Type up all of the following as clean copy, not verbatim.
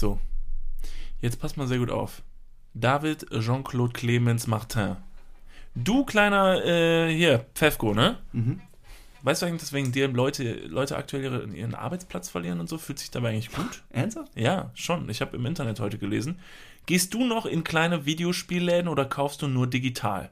So, jetzt passt mal sehr gut auf. David Jean-Claude Clemens Martin. Du kleiner, Pfeffko, ne? Mhm. Weißt du eigentlich, dass wegen dir Leute aktuell ihren Arbeitsplatz verlieren und so? Fühlt sich dabei eigentlich gut? Ernsthaft? Ja, schon. Ich habe im Internet heute gelesen. Gehst du noch in kleine Videospielläden oder kaufst du nur digital?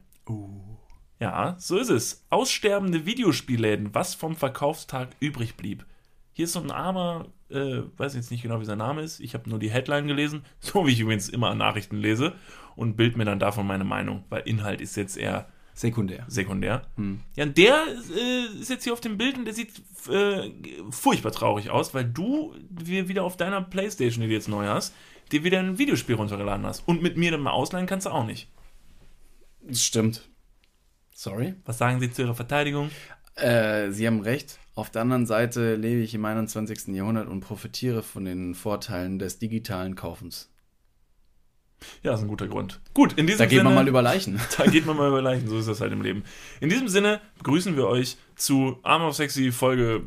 Ja, so ist es. Aussterbende Videospielläden, was vom Verkaufstag übrig blieb. Hier ist so ein armer, weiß jetzt nicht genau, wie sein Name ist. Ich habe nur die Headline gelesen, so wie ich übrigens immer Nachrichten lese und bild mir dann davon meine Meinung, weil Inhalt ist jetzt eher Sekundär. Ja, und der ist jetzt hier auf dem Bild und der sieht furchtbar traurig aus, weil du wieder auf deiner Playstation, die du jetzt neu hast, dir wieder ein Videospiel runtergeladen hast. Und mit mir dann mal ausleihen kannst du auch nicht. Das stimmt. Sorry. Was sagen Sie zu Ihrer Verteidigung? Sie haben recht. Auf der anderen Seite lebe ich im 21. Jahrhundert und profitiere von den Vorteilen des digitalen Kaufens. Ja, ist ein guter Grund. Gut, in diesem Da Sinne... geht man mal über Leichen. Da geht man mal über Leichen, so ist das halt im Leben. In diesem Sinne begrüßen wir euch zu Arm of Sexy Folge...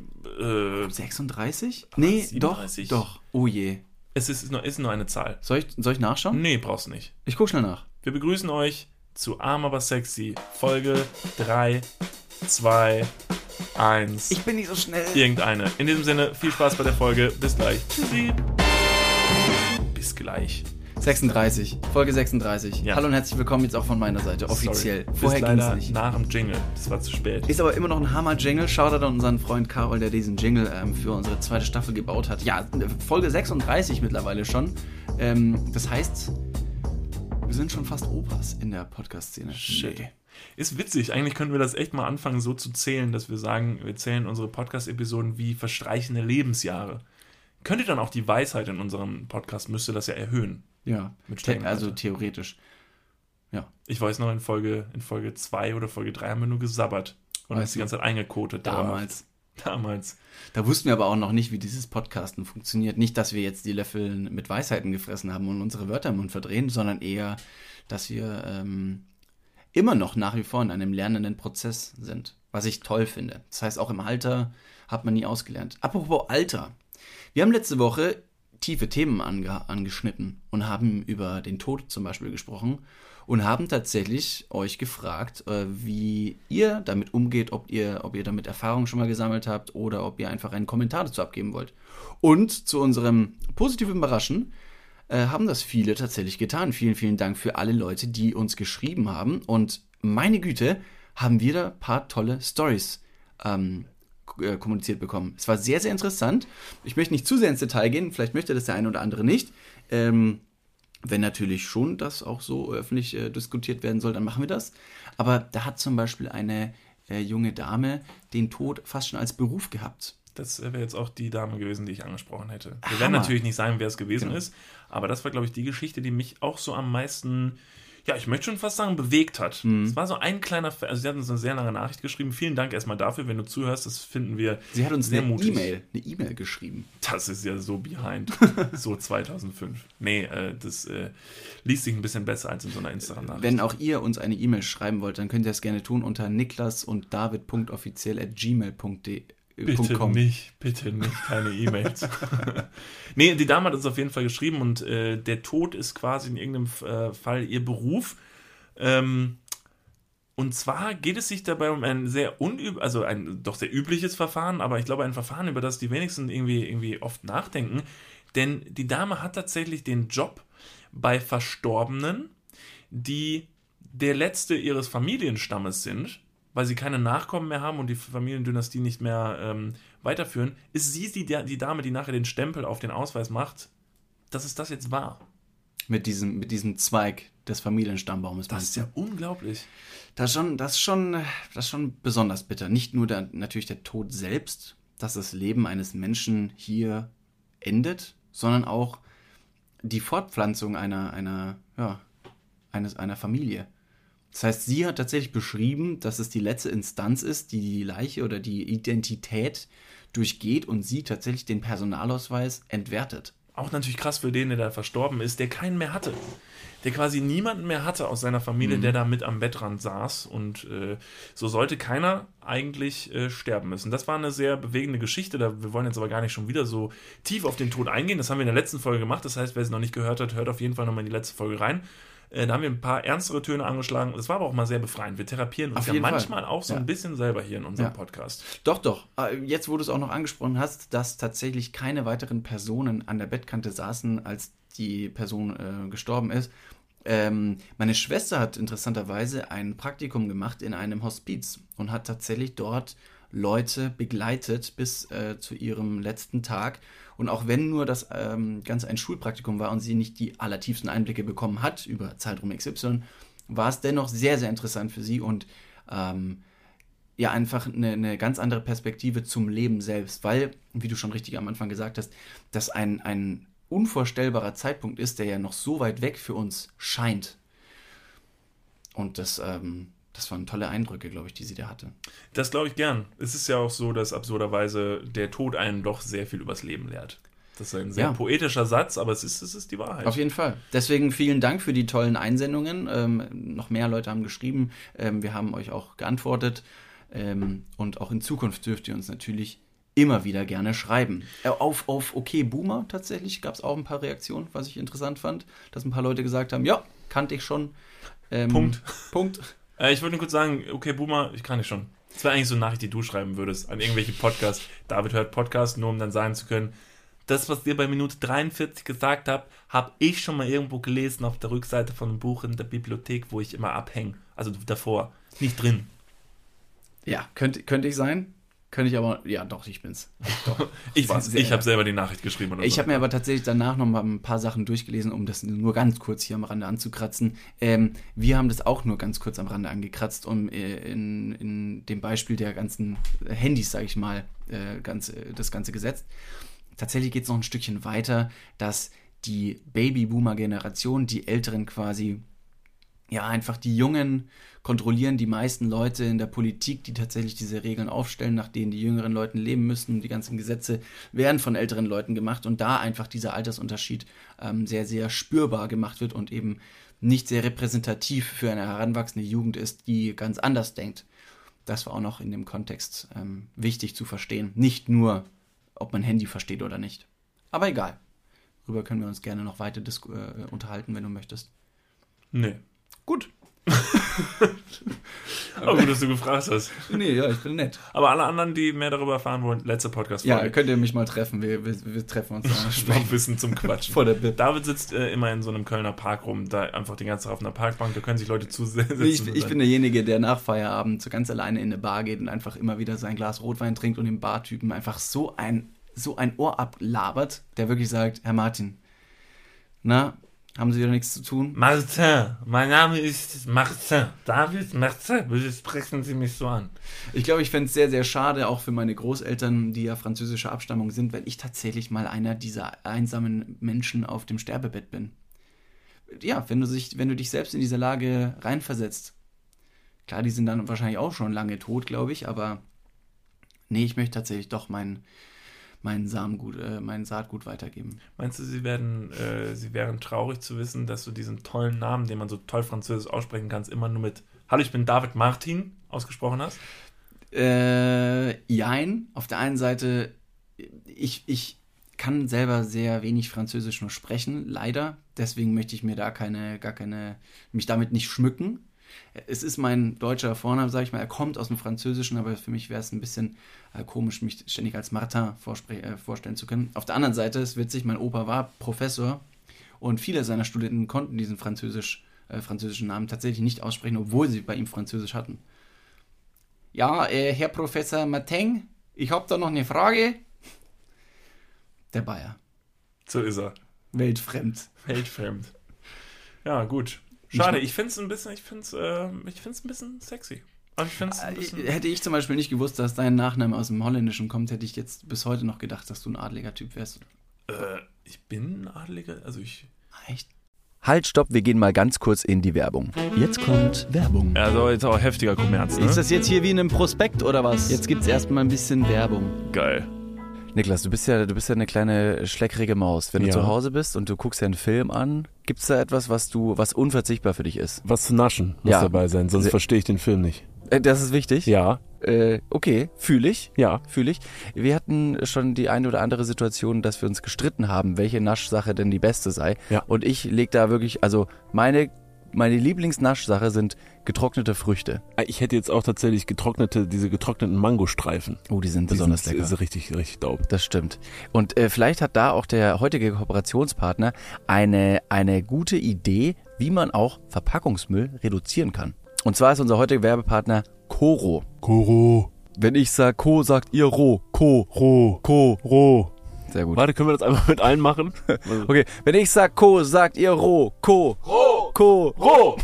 36? Nee, 37. doch. Oh je. Es ist nur eine Zahl. Soll ich nachschauen? Nee, brauchst du nicht. Ich guck schnell nach. Wir begrüßen euch zu Arm aber Sexy, Folge 3, 2, 1. Ich bin nicht so schnell. Irgendeine. In diesem Sinne, viel Spaß bei der Folge. Bis gleich. Tschüssi. Bis gleich. 36. Folge 36. Ja. Hallo und herzlich willkommen jetzt auch von meiner Seite. Offiziell. Sorry. Vorher Bis ging es leider nicht. nach dem Jingle. Das war zu spät. Ist aber immer noch ein Hammer-Jingle. Shoutout an unseren Freund Karol, der diesen Jingle für unsere zweite Staffel gebaut hat. Ja, Folge 36 mittlerweile schon. Das heißt, wir sind schon fast Opas in der Podcast-Szene. Shit. Nee. Ist witzig. Eigentlich können wir das echt mal anfangen, so zu zählen, dass wir sagen, wir zählen unsere Podcast-Episoden wie verstreichende Lebensjahre. Könnte dann auch die Weisheit in unserem Podcast, müsste das ja erhöhen. Ja, Mit steigendem also Alter. theoretisch. Ja. Ich weiß noch, in Folge 2 oder Folge 3 haben wir nur gesabbert. Und uns die ganze Zeit eingekotet. Damals. Damals. Da wussten wir aber auch noch nicht, wie dieses Podcasten funktioniert. Nicht, dass wir jetzt die Löffel mit Weisheiten gefressen haben und unsere Wörter im Mund verdrehen, sondern eher, dass wir immer noch nach wie vor in einem lernenden Prozess sind. Was ich toll finde. Das heißt, auch im Alter hat man nie ausgelernt. Apropos Alter. Wir haben letzte Woche tiefe Themen angeschnitten und haben über den Tod zum Beispiel gesprochen und haben tatsächlich euch gefragt, wie ihr damit umgeht, ob ihr damit Erfahrung schon mal gesammelt habt oder ob ihr einfach einen Kommentar dazu abgeben wollt. Und zu unserem positiven Überraschen haben das viele tatsächlich getan. Vielen, vielen Dank für alle Leute, die uns geschrieben haben. Und meine Güte, haben wir da ein paar tolle Storys kommuniziert bekommen. Es war sehr, sehr interessant. Ich möchte nicht zu sehr ins Detail gehen, vielleicht möchte das der eine oder andere nicht. Wenn natürlich schon das auch so öffentlich diskutiert werden soll, dann machen wir das. Aber da hat zum Beispiel eine junge Dame den Tod fast schon als Beruf gehabt. Das wäre jetzt auch die Dame gewesen, die ich angesprochen hätte. Wir Hammer. werden natürlich nicht sagen, wer es gewesen Genau. ist, aber das war, glaube ich, die Geschichte, die mich auch so am meisten, ja, ich möchte schon fast sagen, bewegt hat. Es war so ein kleiner, also sie hat uns eine sehr lange Nachricht geschrieben. Vielen Dank erstmal dafür, wenn du zuhörst, das finden wir Sie hat uns sehr eine mutig. E-Mail geschrieben. Das ist ja so behind, so 2005. Nee, das liest sich ein bisschen besser als in so einer Instagram-Nachricht. Wenn auch ihr uns eine E-Mail schreiben wollt, dann könnt ihr das gerne tun unter niklas.david.offiziell@gmail.com. Bitte nicht, keine E-Mails. Nee, die Dame hat uns auf jeden Fall geschrieben und der Tod ist quasi in irgendeinem Fall ihr Beruf. Und zwar geht es sich dabei um ein sehr ein doch sehr übliches Verfahren, aber ich glaube ein Verfahren, über das die wenigsten irgendwie oft nachdenken. Denn die Dame hat tatsächlich den Job bei Verstorbenen, die der letzte ihres Familienstammes sind, weil sie keine Nachkommen mehr haben und die Familiendynastie nicht mehr weiterführen, ist sie die Dame, die nachher den Stempel auf den Ausweis macht, dass es das jetzt war. Mit diesem Zweig des Familienstammbaumes. Das ist ja unglaublich. Das ist schon besonders bitter. Nicht nur natürlich der Tod selbst, dass das Leben eines Menschen hier endet, sondern auch die Fortpflanzung einer Familie. Das heißt, sie hat tatsächlich beschrieben, dass es die letzte Instanz ist, die die Leiche oder die Identität durchgeht und sie tatsächlich den Personalausweis entwertet. auch natürlich krass für den, der da verstorben ist, der keinen mehr hatte. Der quasi niemanden mehr hatte aus seiner Familie, der da mit am Bettrand saß. Und so sollte keiner eigentlich sterben müssen. Das war eine sehr bewegende Geschichte. Wir wollen jetzt aber gar nicht schon wieder so tief auf den Tod eingehen. Das haben wir in der letzten Folge gemacht. Das heißt, wer es noch nicht gehört hat, hört auf jeden Fall nochmal in die letzte Folge rein. Da haben wir ein paar ernstere Töne angeschlagen. Das war aber auch mal sehr befreiend. Wir therapieren uns ja manchmal auch so ein bisschen selber hier in unserem Podcast. Doch. Jetzt, wo du es auch noch angesprochen hast, dass tatsächlich keine weiteren Personen an der Bettkante saßen, als die Person gestorben ist. Meine Schwester hat interessanterweise ein Praktikum gemacht in einem Hospiz und hat tatsächlich dort Leute begleitet bis zu ihrem letzten Tag. Und auch wenn nur das Ganze ein Schulpraktikum war und sie nicht die allertiefsten Einblicke bekommen hat über Zeitraum XY, war es dennoch sehr, sehr interessant für sie und einfach eine ganz andere Perspektive zum Leben selbst, weil, wie du schon richtig am Anfang gesagt hast, dass ein unvorstellbarer Zeitpunkt ist, der ja noch so weit weg für uns scheint. Und das waren tolle Eindrücke, glaube ich, die sie da hatte. Das glaube ich gern. Es ist ja auch so, dass absurderweise der Tod einen doch sehr viel übers Leben lehrt. Das ist ein sehr poetischer Satz, aber es ist die Wahrheit. Auf jeden Fall. Deswegen vielen Dank für die tollen Einsendungen. Noch mehr Leute haben geschrieben. Wir haben euch auch geantwortet. Und auch in Zukunft dürft ihr uns natürlich immer wieder gerne schreiben. Auf Okay Boomer tatsächlich gab es auch ein paar Reaktionen, was ich interessant fand, dass ein paar Leute gesagt haben, ja, kannte ich schon. Punkt. Ich würde nur kurz sagen, okay Boomer, ich kann nicht schon. Das wäre eigentlich so eine Nachricht, die du schreiben würdest an irgendwelche Podcasts. David hört Podcast, nur um dann sagen zu können, das, was ihr bei Minute 43 gesagt habt, habe ich schon mal irgendwo gelesen auf der Rückseite von einem Buch in der Bibliothek, wo ich immer abhänge. Also davor, nicht drin. Ja, könnte ich sein. Könnte ich aber, ja doch, ich bin's. Doch, ich habe selber die Nachricht geschrieben. Ich habe mir aber tatsächlich danach noch mal ein paar Sachen durchgelesen, um das nur ganz kurz hier am Rande anzukratzen. Wir haben das auch nur ganz kurz am Rande angekratzt, um in dem Beispiel der ganzen Handys, sage ich mal, das Ganze gesetzt. Tatsächlich geht es noch ein Stückchen weiter, dass die Baby-Boomer-Generation, die Älteren quasi, ja, einfach die Jungen kontrollieren, die meisten Leute in der Politik, die tatsächlich diese Regeln aufstellen, nach denen die jüngeren Leute leben müssen. Die ganzen Gesetze werden von älteren Leuten gemacht und da einfach dieser Altersunterschied sehr, sehr spürbar gemacht wird und eben nicht sehr repräsentativ für eine heranwachsende Jugend ist, die ganz anders denkt. Das war auch noch in dem Kontext wichtig zu verstehen. Nicht nur, ob man Handy versteht oder nicht. Aber egal. Darüber können wir uns gerne noch weiter unterhalten, wenn du möchtest. Nee. Gut. Aber gut, dass du gefragt hast. Nee, ja, ich bin nett. Aber alle anderen, die mehr darüber erfahren wollen, letzte Podcast-Folge. Ja, könnt ihr mich mal treffen. Wir treffen uns da. Noch Wissen zum Quatschen. Vor der Bib. David sitzt immer in so einem Kölner Park rum, da einfach die ganze Zeit auf einer Parkbank, da können sich Leute zusetzen. Ich bin derjenige, der nach Feierabend so ganz alleine in eine Bar geht und einfach immer wieder sein Glas Rotwein trinkt und dem Bartypen einfach so ein Ohr ablabert, der wirklich sagt, Herr Martin, na, haben Sie wieder nichts zu tun? Martin, mein Name ist Martin. David Martin, bitte sprechen Sie mich so an. Ich glaube, ich fände es sehr, sehr schade, auch für meine Großeltern, die ja französischer Abstammung sind, weil ich tatsächlich mal einer dieser einsamen Menschen auf dem Sterbebett bin. Ja, wenn du dich selbst in diese Lage reinversetzt. Klar, die sind dann wahrscheinlich auch schon lange tot, glaube ich, aber nee, ich möchte tatsächlich doch mein Saatgut weitergeben. Meinst du, sie wären traurig zu wissen, dass du diesen tollen Namen, den man so toll französisch aussprechen kann, immer nur mit Hallo, ich bin David Martin ausgesprochen hast? Jein. Auf der einen Seite, ich kann selber sehr wenig Französisch nur sprechen, leider. Deswegen möchte ich mir da mich damit nicht schmücken. Es ist mein deutscher Vorname, sage ich mal. Er kommt aus dem Französischen, aber für mich wäre es ein bisschen komisch, mich ständig als Martin vorstellen zu können. Auf der anderen Seite ist witzig, mein Opa war Professor und viele seiner Studenten konnten diesen französischen Namen tatsächlich nicht aussprechen, obwohl sie bei ihm Französisch hatten. Ja, Herr Professor Martin, ich habe da noch eine Frage. Der Bayer. So ist er. Weltfremd. Ja, gut. Schade, ich finde es ein bisschen sexy. Also hätte ich zum Beispiel nicht gewusst, dass dein Nachname aus dem Holländischen kommt, hätte ich jetzt bis heute noch gedacht, dass du ein adeliger Typ wärst. Ich bin ein Adeliger, also ich... Echt? Halt, stopp, wir gehen mal ganz kurz in die Werbung. Jetzt kommt Werbung. Also jetzt auch heftiger Kommerz, ne? Ist das jetzt hier wie in einem Prospekt oder was? Jetzt gibt's erstmal ein bisschen Werbung. Geil. Niklas, du bist ja eine kleine schleckrige Maus. Wenn du zu Hause bist und du guckst dir einen Film an, gibt's da etwas, was unverzichtbar für dich ist? Was zu naschen muss dabei sein, sonst verstehe ich den Film nicht. Das ist wichtig? Ja. Okay, fühle ich. Ja. Fühle ich. Wir hatten schon die eine oder andere Situation, dass wir uns gestritten haben, welche Naschsache denn die beste sei. Ja. Und ich leg da wirklich, also meine Lieblingsnaschsache sind getrocknete Früchte. Ich hätte jetzt auch tatsächlich diese getrockneten Mangostreifen. Oh, die sind besonders lecker. Das ist richtig, richtig dope. Das stimmt. Und vielleicht hat da auch der heutige Kooperationspartner eine gute Idee, wie man auch Verpackungsmüll reduzieren kann. Und zwar ist unser heutiger Werbepartner Coro. Coro. Wenn ich sag Co, sagt ihr Ro. Ro. Sehr gut. Warte, können wir das einfach mit allen machen? Okay, wenn ich sag Co, sagt ihr Ro. Ro.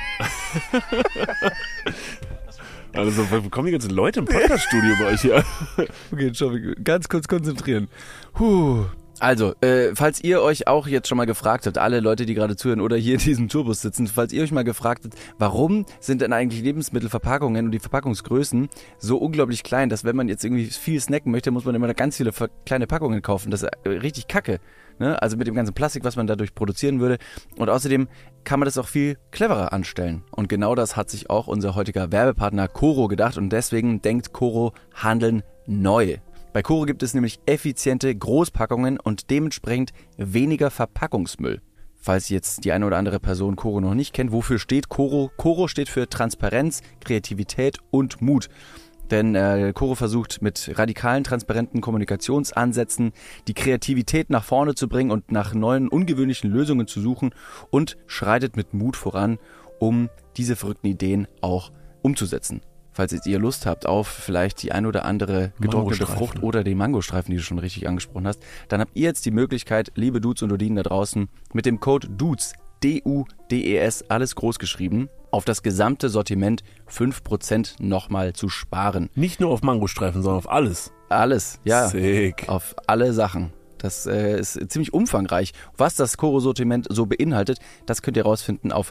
Also, wo kommen die ganzen Leute im Podcast-Studio bei euch hier? Okay, Entschuldigung, ganz kurz konzentrieren. Also, falls ihr euch auch jetzt schon mal gefragt habt, alle Leute, die gerade zuhören oder hier in diesem Tourbus sitzen, falls ihr euch mal gefragt habt, warum sind denn eigentlich Lebensmittelverpackungen und die Verpackungsgrößen so unglaublich klein, dass wenn man jetzt irgendwie viel snacken möchte, muss man immer ganz viele kleine Packungen kaufen. Das ist richtig kacke, ne? Also mit dem ganzen Plastik, was man dadurch produzieren würde. Und außerdem kann man das auch viel cleverer anstellen. Und genau das hat sich auch unser heutiger Werbepartner Coro gedacht und deswegen denkt Coro Handeln neu. Bei Coro gibt es nämlich effiziente Großpackungen und dementsprechend weniger Verpackungsmüll. Falls jetzt die eine oder andere Person Coro noch nicht kennt, wofür steht Coro? Coro steht für Transparenz, Kreativität und Mut. Denn Coro versucht mit radikalen, transparenten Kommunikationsansätzen die Kreativität nach vorne zu bringen und nach neuen, ungewöhnlichen Lösungen zu suchen und schreitet mit Mut voran, um diese verrückten Ideen auch umzusetzen. Falls jetzt ihr Lust habt auf vielleicht die ein oder andere getrocknete Frucht oder den Mangostreifen, die du schon richtig angesprochen hast, dann habt ihr jetzt die Möglichkeit, liebe Dudes und Dudinen da draußen, mit dem Code DUDES, D-U-D-E-S, alles groß geschrieben, auf das gesamte Sortiment 5% nochmal zu sparen. Nicht nur auf Mangostreifen, sondern auf alles. Alles, ja. Sick. Auf alle Sachen. Das ist ziemlich umfangreich. Was das Coro-Sortiment so beinhaltet, das könnt ihr rausfinden auf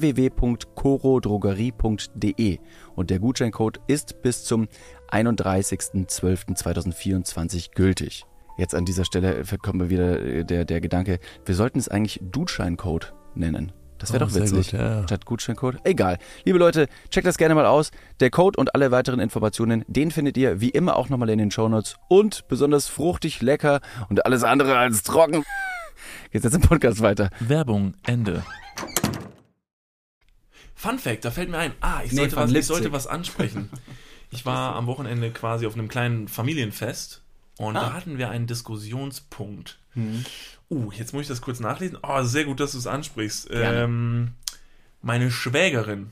www.corodrogerie.de. Und der Gutscheincode ist bis zum 31.12.2024 gültig. Jetzt an dieser Stelle kommt mir wieder der Gedanke, wir sollten es eigentlich Gutscheincode nennen. Das wäre doch witzig. Gut, ja. Statt Gutscheincode. Egal. Liebe Leute, checkt das gerne mal aus. Der Code und alle weiteren Informationen, den findet ihr wie immer auch nochmal in den Shownotes. Und besonders fruchtig, lecker und alles andere als trocken. Geht's jetzt im Podcast weiter. Werbung, Ende. Fun Fact, da fällt mir ein. Ich sollte was ansprechen. Ich war am Wochenende quasi auf einem kleinen Familienfest und da hatten wir einen Diskussionspunkt. Jetzt muss ich das kurz nachlesen. Sehr gut, dass du es ansprichst. Meine Schwägerin,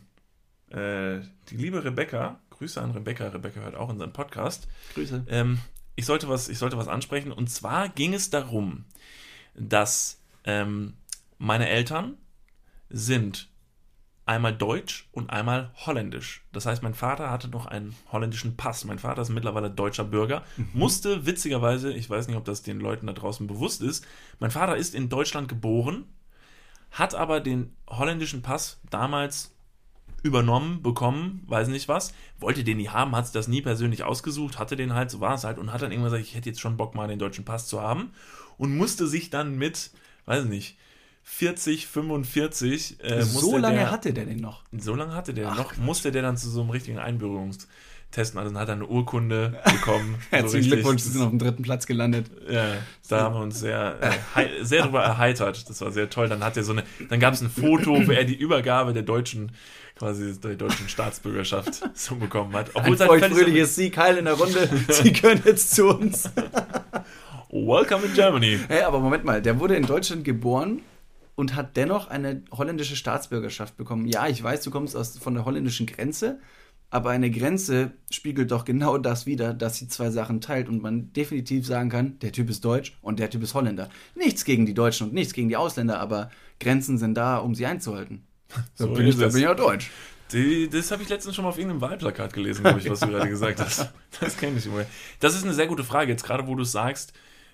die liebe Rebecca, Grüße an Rebecca. Rebecca hört auch unseren Podcast. Grüße. Ich sollte was ansprechen. Und zwar ging es darum, dass meine Eltern sind einmal deutsch und einmal holländisch. Das heißt, mein Vater hatte noch einen holländischen Pass. Mein Vater ist mittlerweile deutscher Bürger. Musste witzigerweise, ich weiß nicht, ob das den Leuten da draußen bewusst ist, mein Vater ist in Deutschland geboren, hat aber den holländischen Pass damals bekommen, weiß nicht was, wollte den nie haben, hat sich das nie persönlich ausgesucht, hatte den halt, so war es halt, und hat dann irgendwann gesagt, ich hätte jetzt schon Bock, mal den deutschen Pass zu haben und musste sich dann mit, weiß nicht, 40, 45. So lange hatte der den noch? So lange hatte der noch. Musste der dann zu so einem richtigen Einbürgerungstest. Also dann hat er eine Urkunde bekommen. Herzlichen Glückwunsch, Sie sind auf dem 3. Platz gelandet. Ja, da haben wir uns sehr drüber erheitert. Das war sehr toll. Dann hat er dann gab es ein Foto, wo er die Übergabe der deutschen Staatsbürgerschaft so bekommen hat. Obwohl ein fröhliches Sieg, Heil in der Runde. Sie können jetzt zu uns. Welcome in Germany. Hey, aber Moment mal, der wurde in Deutschland geboren und hat dennoch eine holländische Staatsbürgerschaft bekommen. Ja, ich weiß, du kommst von der holländischen Grenze, aber eine Grenze spiegelt doch genau das wider, dass sie zwei Sachen teilt und man definitiv sagen kann, der Typ ist Deutsch und der Typ ist Holländer. Nichts gegen die Deutschen und nichts gegen die Ausländer, aber Grenzen sind da, um sie einzuhalten. Da bin ich ja Deutsch. Das habe ich letztens schon mal auf irgendeinem Wahlplakat gelesen, glaube ich, was du gerade gesagt hast. Das kenne ich immer. Das ist eine sehr gute Frage, jetzt gerade wo du es sagst.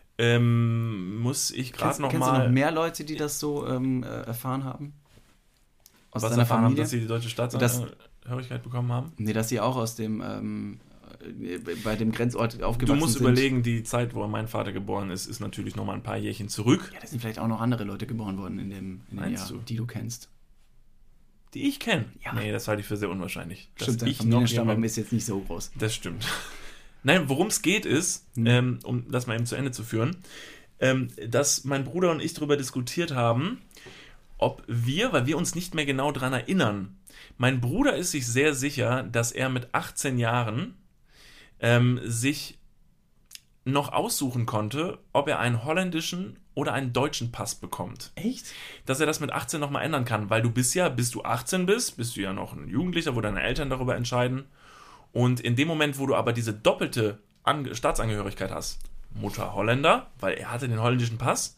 Muss ich gerade noch kennst mal... du noch mehr Leute, die das so erfahren haben? Aus deiner Familie? Haben, dass sie die deutsche Staatsangehörigkeit bekommen haben? Nee, dass sie auch aus dem bei dem Grenzort Du aufgewachsen musst sind. überlegen, die Zeit, wo mein Vater geboren ist, ist natürlich nochmal ein paar Jährchen zurück. Ja, da sind vielleicht auch noch andere Leute geboren worden in dem Meinst Jahr, du? die du kennst. Die ich kenne. Ja. Nee, das halte ich für sehr unwahrscheinlich. Dass Stimmt, dein ich noch Familienstamm jemand, ist jetzt nicht so groß. das stimmt. Nein, worum es geht ist, um das mal eben zu Ende zu führen, dass mein Bruder und ich darüber diskutiert haben, ob wir, weil wir uns nicht mehr genau daran erinnern, mein Bruder ist sich sehr sicher, dass er mit 18 Jahren sich noch aussuchen konnte, ob er einen holländischen oder einen deutschen Pass bekommt. Echt? Dass er das mit 18 nochmal ändern kann, weil du bist ja, bis du 18 bist du ja noch ein Jugendlicher, wo deine Eltern darüber entscheiden. Und in dem Moment, wo du aber diese doppelte Staatsangehörigkeit hast, Mutter Holländer, weil er hatte den holländischen Pass,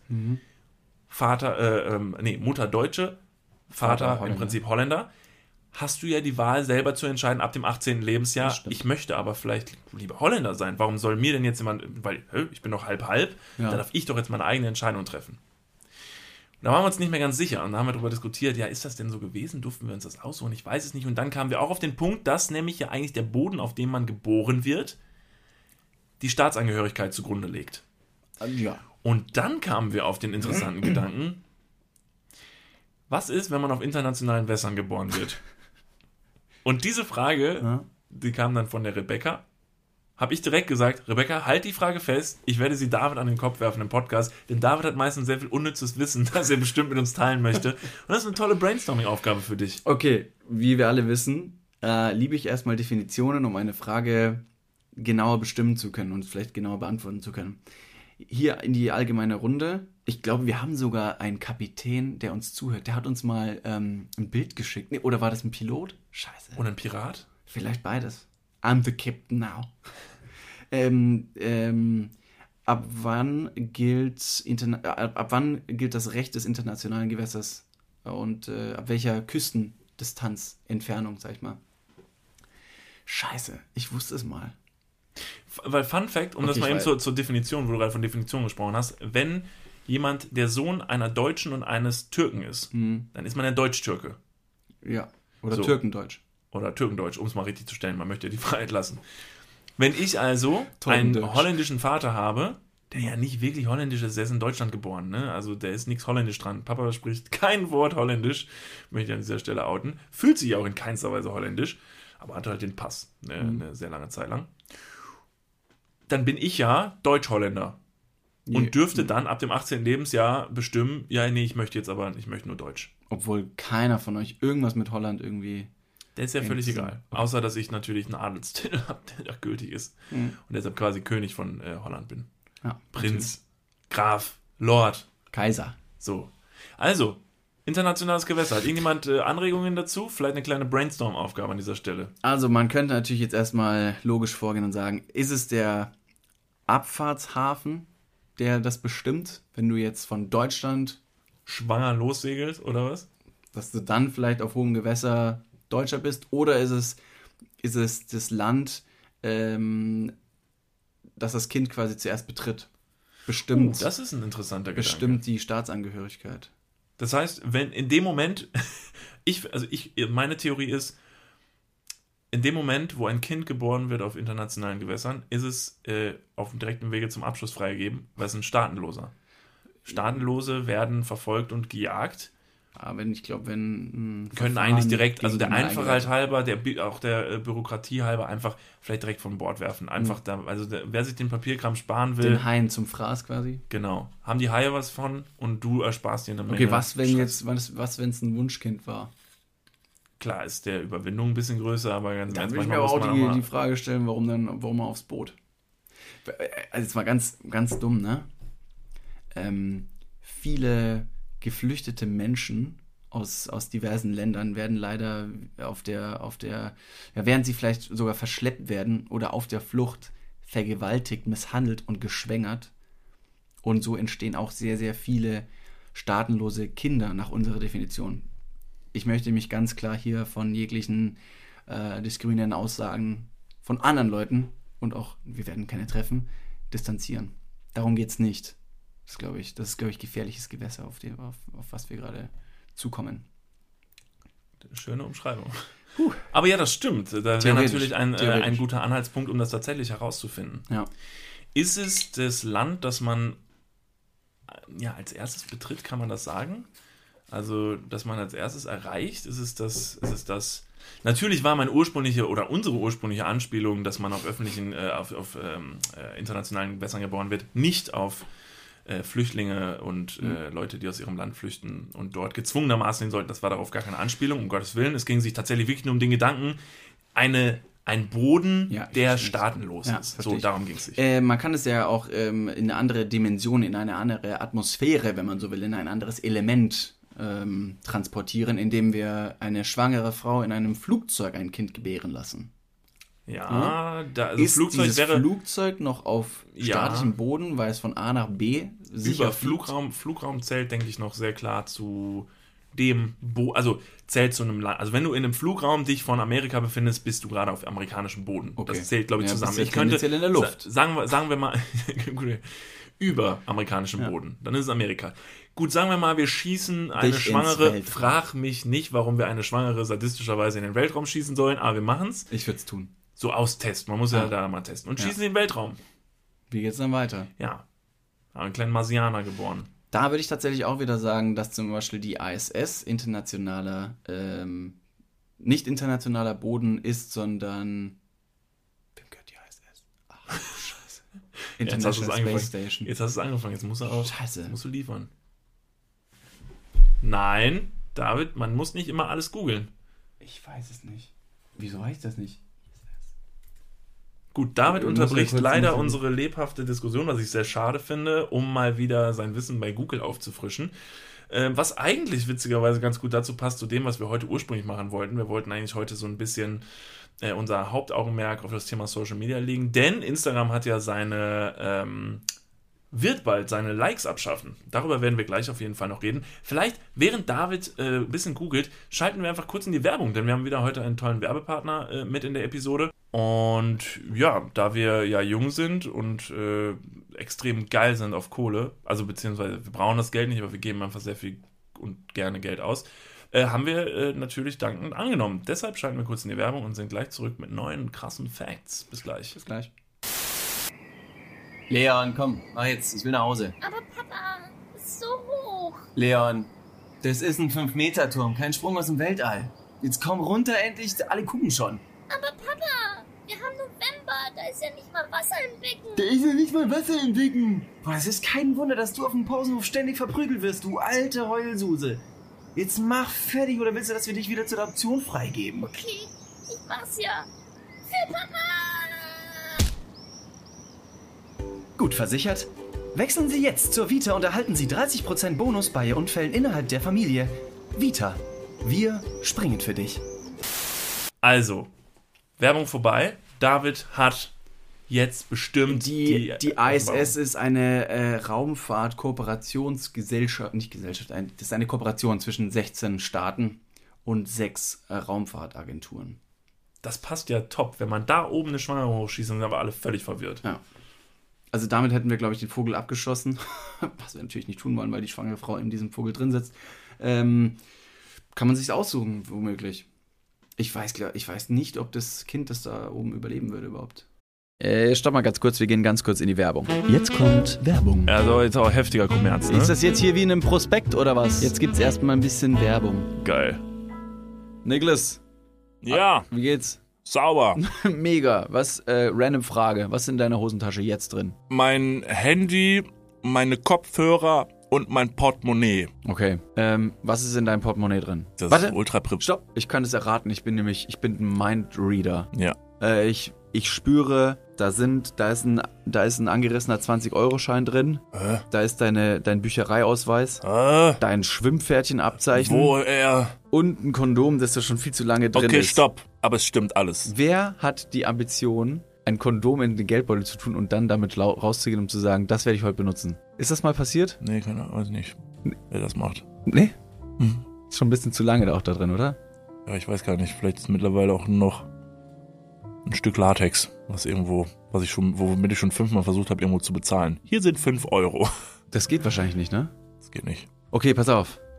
Mutter Deutsche, Vater im Holländer. Prinzip Holländer, hast du ja die Wahl selber zu entscheiden ab dem 18. Lebensjahr, Das stimmt. ich möchte aber vielleicht lieber Holländer sein. Warum soll mir denn jetzt jemand, weil ich bin doch halb, Ja. da darf ich doch jetzt meine eigene Entscheidung treffen. Und da waren wir uns nicht mehr ganz sicher und da haben wir darüber diskutiert, ja, ist das denn so gewesen? Durften wir uns das aussuchen? Ich weiß es nicht. Und dann kamen wir auch auf den Punkt, dass nämlich ja eigentlich der Boden, auf dem man geboren wird, die Staatsangehörigkeit zugrunde legt. Ja. Und dann kamen wir auf den interessanten Gedanken, was ist, wenn man auf internationalen Wässern geboren wird? Und diese Frage, Ja. die kam dann von der Rebecca, habe ich direkt gesagt, Rebecca, halt die Frage fest, ich werde sie David an den Kopf werfen im Podcast, denn David hat meistens sehr viel unnützes Wissen, das er bestimmt mit uns teilen möchte. Und das ist eine tolle Brainstorming-Aufgabe für dich. Okay, wie wir alle wissen, liebe ich erstmal Definitionen, um eine Frage genauer bestimmen zu können und vielleicht genauer beantworten zu können. Hier in die allgemeine Runde. Ich glaube, wir haben sogar einen Kapitän, der uns zuhört. Der hat uns mal ein Bild geschickt. Nee, oder war das ein Pilot? Scheiße. Und ein Pirat? Vielleicht beides. I'm the captain now. Ab wann gilt das Recht des internationalen Gewässers und ab welcher Küstendistanz, Entfernung, sag ich mal? Scheiße, ich wusste es mal. Weil Fun Fact, um das mal eben zur Definition, wo du gerade von Definition gesprochen hast, wenn jemand der Sohn einer Deutschen und eines Türken ist, dann ist man der Deutsch-Türke. Ja, oder So. Türkendeutsch. Oder Türkendeutsch, um es mal richtig zu stellen. Man möchte ja die Freiheit lassen. Wenn ich also Türkendeutsch. einen holländischen Vater habe, der ja nicht wirklich holländisch ist, der ist in Deutschland geboren, ne? Also der ist nichts holländisch dran. Papa spricht kein Wort holländisch, möchte ich an dieser Stelle outen. Fühlt sich auch in keinster Weise holländisch, aber hat halt den Pass, eine sehr lange Zeit lang. Dann bin ich ja Deutsch-Holländer. Und dürfte dann ab dem 18. Lebensjahr bestimmen, ja, nee, ich möchte nur Deutsch. Obwohl keiner von euch irgendwas mit Holland irgendwie... Der ist ja völlig Interessant. egal. Außer, dass ich natürlich einen Adelstitel habe, der da gültig ist. Und deshalb quasi König von Holland bin. Ja, Prinz, Graf, Lord. Kaiser. So. Also, internationales Gewässer. Hat irgendjemand Anregungen dazu? Vielleicht eine kleine Brainstorm-Aufgabe an dieser Stelle. Also man könnte natürlich jetzt erstmal logisch vorgehen und sagen, ist es der Abfahrtshafen, der das bestimmt, wenn du jetzt von Deutschland, Schwanger lossegelt, oder was? dass du dann vielleicht auf hohem Gewässer Deutscher bist, oder ist es das Land, das das Kind quasi zuerst betritt? Bestimmt, Das ist ein interessanter Gedanke. bestimmt die Staatsangehörigkeit. Das heißt, wenn in dem Moment, meine Theorie ist, in dem Moment, wo ein Kind geboren wird auf internationalen Gewässern, ist es auf dem direkten Wege zum Abschuss freigegeben, weil es ein Staatenloser. Staatenlose werden verfolgt und gejagt, Aber ich glaube, wenn... können eigentlich direkt, also der Einfachheit halber, auch der Bürokratie halber, einfach vielleicht direkt von Bord werfen. Einfach wer sich den Papierkram sparen will, Den Haien zum Fraß quasi. genau, haben die Haie was von und du ersparst dir eine Menge. Okay, was wenn Stress. es ein Wunschkind war? Klar ist der Überwindung ein bisschen größer, aber ganz Dann ganz würde ich mir manchmal aber muss man auch die Frage stellen, warum aufs Boot? Also jetzt mal ganz, ganz dumm, ne? Viele geflüchtete Menschen aus diversen Ländern werden leider während sie vielleicht sogar verschleppt werden oder auf der Flucht vergewaltigt, misshandelt und geschwängert. Und so entstehen auch sehr, sehr viele staatenlose Kinder nach unserer Definition. Ich möchte mich ganz klar hier von jeglichen diskriminierenden Aussagen von anderen Leuten, und auch, wir werden keine treffen, distanzieren. Darum geht es nicht. Das ist, glaube ich, gefährliches Gewässer, auf was wir gerade zukommen. Schöne Umschreibung. Aber ja, das stimmt. Da wäre Theoretisch. natürlich ein Theoretisch. guter Anhaltspunkt, um das tatsächlich herauszufinden. Ja. Ist es das Land, das man als erstes betritt, kann man das sagen? Also, dass man als erstes erreicht? Ist es das? Natürlich war unsere ursprüngliche Anspielung, dass man auf öffentlichen, auf internationalen Gewässern geboren wird, nicht auf Flüchtlinge und Leute, die aus ihrem Land flüchten und dort gezwungenermaßen hin sollten. Das war darauf gar keine Anspielung, um Gottes Willen. Es ging sich tatsächlich wirklich nur um den Gedanken, ein Boden, der staatenlos ist. So, darum ging es sich. Man kann es ja auch in eine andere Dimension, in eine andere Atmosphäre, wenn man so will, in ein anderes Element transportieren, indem wir eine schwangere Frau in einem Flugzeug ein Kind gebären lassen. Ja, ist dieses Flugzeug noch auf staatlichem Boden, weil es von A nach B sicher Flugraum zählt, denke ich, noch sehr klar zu dem zählt zu einem Land. Also wenn du in einem Flugraum dich von Amerika befindest, bist du gerade auf amerikanischem Boden. Okay. Das zählt, glaube ich, zusammen. Ich könnte in der Luft. Sagen wir mal über amerikanischem Boden. Dann ist es Amerika. Gut, sagen wir mal, wir schießen eine Schwangere. Frag mich nicht, warum wir eine Schwangere sadistischerweise in den Weltraum schießen sollen, aber wir machen es. Ich würde es tun. So austesten. Man muss ja da mal testen. Und schießen in den Weltraum. Wie geht's dann weiter? Ja. Haben einen kleinen Marsianer geboren. Da würde ich tatsächlich auch wieder sagen, dass zum Beispiel die ISS nicht internationaler Boden ist, sondern wem gehört die ISS? Ach, scheiße. International Space Station. Jetzt hast du es angefangen, jetzt musst du auch. Scheiße. Jetzt musst du liefern. Nein, David, man muss nicht immer alles googeln. Ich weiß es nicht. Wieso weiß ich das nicht? Gut, David unterbricht leider unsere lebhafte Diskussion, was ich sehr schade finde, um mal wieder sein Wissen bei Google aufzufrischen. Was eigentlich witzigerweise ganz gut dazu passt, zu dem, was wir heute ursprünglich machen wollten. Wir wollten eigentlich heute so ein bisschen unser Hauptaugenmerk auf das Thema Social Media legen, denn Instagram hat ja wird bald seine Likes abschaffen. Darüber werden wir gleich auf jeden Fall noch reden. Vielleicht, während David ein bisschen googelt, schalten wir einfach kurz in die Werbung, denn wir haben wieder heute einen tollen Werbepartner mit in der Episode. Und ja, da wir ja jung sind und extrem geil sind auf Kohle, also beziehungsweise wir brauchen das Geld nicht, aber wir geben einfach sehr viel und gerne Geld aus, haben wir natürlich dankend angenommen. Deshalb schalten wir kurz in die Werbung und sind gleich zurück mit neuen krassen Facts. Bis gleich. Bis gleich. Leon, komm, mach jetzt, ich will nach Hause. Aber Papa, ist so hoch. Leon, das ist ein 5-Meter-Turm, kein Sprung aus dem Weltall. Jetzt komm runter endlich, alle gucken schon. Aber Papa, wir haben November, da ist ja nicht mal Wasser im Becken. Da ist ja nicht mal Wasser im Becken. Boah, es ist kein Wunder, dass du auf dem Pausenhof ständig verprügelt wirst, du alte Heulsuse. Jetzt mach fertig, oder willst du, dass wir dich wieder zur Adoption freigeben? Okay, ich mach's ja. Für Papa! Gut versichert? Wechseln Sie jetzt zur Vita und erhalten Sie 30% Bonus bei Unfällen innerhalb der Familie. Vita. Wir springen für dich. Also, Werbung vorbei. David hat jetzt bestimmt die ISS ist eine Raumfahrt-Kooperationsgesellschaft, das ist eine Kooperation zwischen 16 Staaten und 6 Raumfahrtagenturen. Das passt ja top. Wenn man da oben eine Schwangere hochschießt, dann sind aber alle völlig verwirrt. Ja. Also damit hätten wir, glaube ich, den Vogel abgeschossen. Was wir natürlich nicht tun wollen, weil die schwangere Frau in diesem Vogel drin sitzt. Kann man sich's aussuchen, womöglich. Ich weiß nicht, ob das Kind das da oben überleben würde überhaupt. Stopp mal ganz kurz, wir gehen ganz kurz in die Werbung. Jetzt kommt Werbung. Also jetzt auch heftiger Kommerz, ne? Ist das jetzt hier wie in einem Prospekt oder was? Jetzt gibt's erstmal ein bisschen Werbung. Geil. Niklas. Ja. Wie geht's? Sauber. Mega. Random Frage. Was ist in deiner Hosentasche jetzt drin? Mein Handy, meine Kopfhörer und mein Portemonnaie. Okay. Was ist in deinem Portemonnaie drin? Das Warte. ist ultra prip. Stopp. Ich kann es erraten. Ich bin ein Mindreader. Ja. Ich spüre, da ist ein angerissener 20-Euro-Schein drin. Da ist dein Büchereiausweis. Dein Schwimmpferdchenabzeichen. Wo er... Und ein Kondom, das da schon viel zu lange drin ist. Okay, stopp. Aber es stimmt alles. Wer hat die Ambition, ein Kondom in den Geldbeutel zu tun und dann damit rauszugehen, um zu sagen, das werde ich heute benutzen? Ist das mal passiert? Nee, keine Ahnung, weiß nicht, wer das macht. Nee? Ist schon ein bisschen zu lange auch da drin, oder? Ja, ich weiß gar nicht. Vielleicht ist mittlerweile auch noch ein Stück Latex, womit ich schon 5-mal versucht habe, irgendwo zu bezahlen. Hier sind 5 Euro. Das geht wahrscheinlich nicht, ne? Das geht nicht. Okay, pass auf.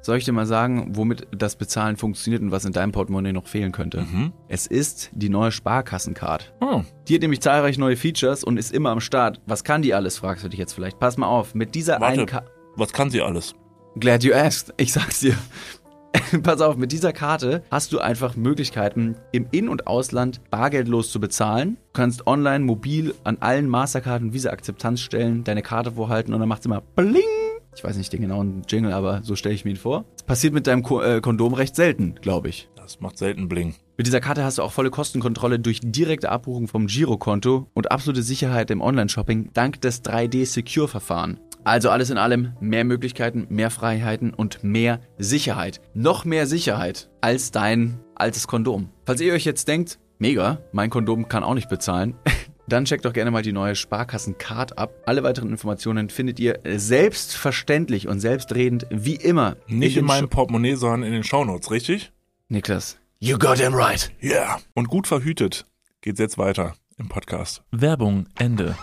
Soll ich dir mal sagen, womit das Bezahlen funktioniert und was in deinem Portemonnaie noch fehlen könnte? Es ist die neue Sparkassencard. Die hat nämlich zahlreiche neue Features und ist immer am Start. Was kann die alles, fragst du dich jetzt vielleicht. Pass mal auf, mit dieser einen Karte... Was kann sie alles? Glad you asked. Ich sag's dir. Pass auf, mit dieser Karte hast du einfach Möglichkeiten, im In- und Ausland bargeldlos zu bezahlen. Du kannst online, mobil an allen Mastercard- und Visa-Akzeptanzstellen deine Karte vorhalten und dann macht's immer Bling. Ich weiß nicht den genauen Jingle, aber so stelle ich mir ihn vor. Das passiert mit deinem Kondom recht selten, glaube ich. Das macht selten Bling. Mit dieser Karte hast du auch volle Kostenkontrolle durch direkte Abbuchung vom Girokonto und absolute Sicherheit im Online-Shopping dank des 3D-Secure-Verfahren. Also alles in allem mehr Möglichkeiten, mehr Freiheiten und mehr Sicherheit. Noch mehr Sicherheit als dein altes Kondom. Falls ihr euch jetzt denkt, mega, mein Kondom kann auch nicht bezahlen, dann checkt doch gerne mal die neue Sparkassen-Card ab. Alle weiteren Informationen findet ihr selbstverständlich und selbstredend wie immer. Nicht in meinem Portemonnaie, sondern in den Shownotes, richtig? Niklas, you got him right. Yeah. Und gut verhütet geht's jetzt weiter im Podcast. Werbung, Ende.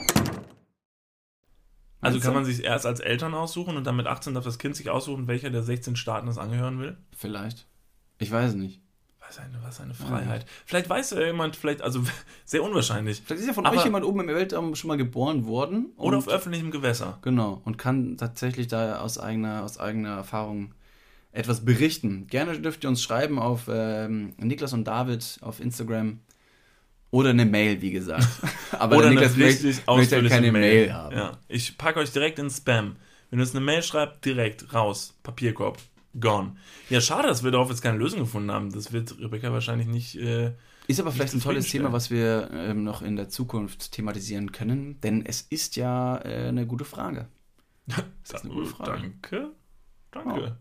Also kann man sich erst als Eltern aussuchen und dann mit 18 darf das Kind sich aussuchen, welcher der 16 Staaten es angehören will? Vielleicht. Ich weiß es nicht. Was eine Freiheit. Vielleicht weiß ja jemand, also sehr unwahrscheinlich. Vielleicht ist ja von euch jemand oben im Weltraum schon mal geboren worden. Oder auf öffentlichem Gewässer. Genau. Und kann tatsächlich da aus eigener Erfahrung etwas berichten. Gerne dürft ihr uns schreiben auf Niklas und David auf Instagram. Oder eine Mail, wie gesagt. Aber oder Niklas eine richtig möchte halt keine Mail haben. Ja. Ich packe euch direkt in Spam. Wenn ihr uns eine Mail schreibt, direkt raus. Papierkorb. Gone. Ja, schade, dass wir darauf jetzt keine Lösung gefunden haben. Das wird Rebecca wahrscheinlich nicht... ist aber vielleicht ein tolles Thema, was wir noch in der Zukunft thematisieren können. Denn es ist ja eine gute Frage. Das ist eine gute Frage. Danke. Oh.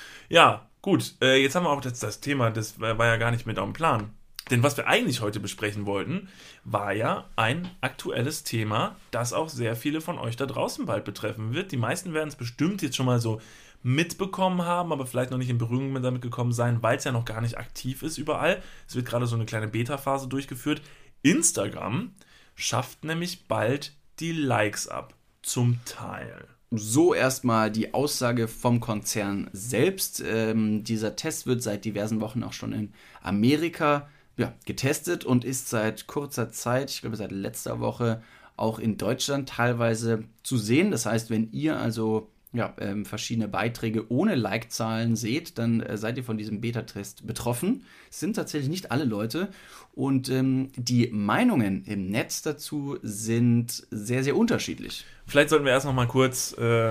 Ja, gut. Jetzt haben wir auch das Thema, das war ja gar nicht mit auf dem Plan. Denn was wir eigentlich heute besprechen wollten, war ja ein aktuelles Thema, das auch sehr viele von euch da draußen bald betreffen wird. Die meisten werden es bestimmt jetzt schon mal so mitbekommen haben, aber vielleicht noch nicht in Berührung damit gekommen sein, weil es ja noch gar nicht aktiv ist überall. Es wird gerade so eine kleine Beta-Phase durchgeführt. Instagram schafft nämlich bald die Likes ab. Zum Teil. So erstmal die Aussage vom Konzern selbst. Dieser Test wird seit diversen Wochen auch schon in Amerika getestet und ist seit kurzer Zeit, ich glaube seit letzter Woche, auch in Deutschland teilweise zu sehen. Das heißt, wenn ihr also verschiedene Beiträge ohne Like-Zahlen seht, dann seid ihr von diesem Beta-Test betroffen. Es sind tatsächlich nicht alle Leute und die Meinungen im Netz dazu sind sehr, sehr unterschiedlich. Vielleicht sollten wir erst noch mal kurz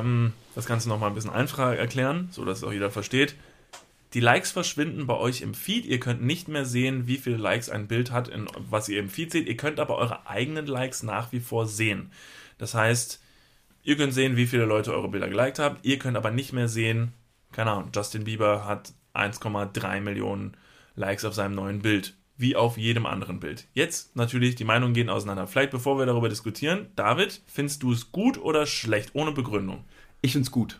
das Ganze noch mal ein bisschen einfacher erklären, sodass es auch jeder versteht. Die Likes verschwinden bei euch im Feed. Ihr könnt nicht mehr sehen, wie viele Likes ein Bild hat, was ihr im Feed seht. Ihr könnt aber eure eigenen Likes nach wie vor sehen. Das heißt, ihr könnt sehen, wie viele Leute eure Bilder geliked haben. Ihr könnt aber nicht mehr sehen, keine Ahnung, Justin Bieber hat 1,3 Millionen Likes auf seinem neuen Bild. Wie auf jedem anderen Bild. Jetzt natürlich, die Meinungen gehen auseinander. Vielleicht bevor wir darüber diskutieren, David, findest du es gut oder schlecht, ohne Begründung? Ich finde es gut.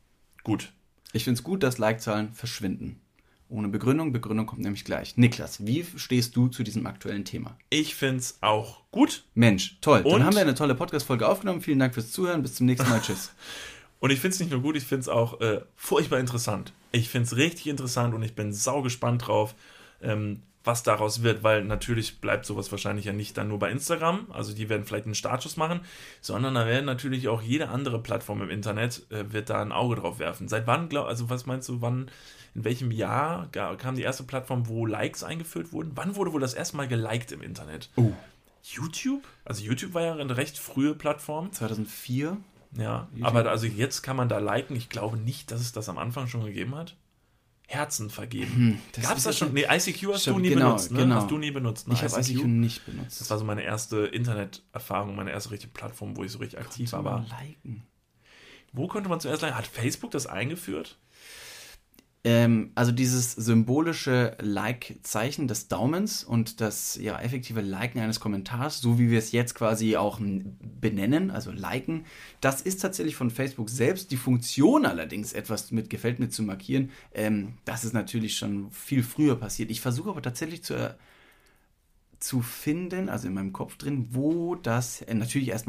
Gut. Ich finde es gut, dass Like-Zahlen verschwinden. Ohne Begründung. Begründung kommt nämlich gleich. Niklas, wie stehst du zu diesem aktuellen Thema? Ich finde es auch gut. Mensch, toll. Dann haben wir eine tolle Podcast-Folge aufgenommen. Vielen Dank fürs Zuhören. Bis zum nächsten Mal. Tschüss. Und ich finde es nicht nur gut, ich finde es auch furchtbar interessant. Ich finde es richtig interessant und ich bin saugespannt drauf, was daraus wird, weil natürlich bleibt sowas wahrscheinlich ja nicht dann nur bei Instagram, also die werden vielleicht einen Startschuss machen, sondern da werden natürlich auch jede andere Plattform im Internet wird da ein Auge drauf werfen. Seit wann, was meinst du, in welchem Jahr kam die erste Plattform, wo Likes eingeführt wurden? Wann wurde wohl das erste Mal geliked im Internet? YouTube? Also YouTube war ja eine recht frühe Plattform. 2004? Ja, YouTube. Aber also jetzt kann man da liken. Ich glaube nicht, dass es das am Anfang schon gegeben hat. Herzen vergeben. Gab es das schon? Nee, ICQ hast du nie benutzt, ne? Hast du nie benutzt, ne? Ich habe ICQ nicht benutzt. Das war so meine erste Interneterfahrung, meine erste richtige Plattform, wo ich so richtig aktiv war. Wo konnte man zuerst liken? Hat Facebook das eingeführt? Also dieses symbolische Like-Zeichen des Daumens und das effektive Liken eines Kommentars, so wie wir es jetzt quasi auch benennen, also liken, das ist tatsächlich von Facebook selbst. Die Funktion allerdings, etwas mit gefällt mir zu markieren, das ist natürlich schon viel früher passiert. Ich versuche aber tatsächlich zu finden, also in meinem Kopf drin, wo das natürlich erstmal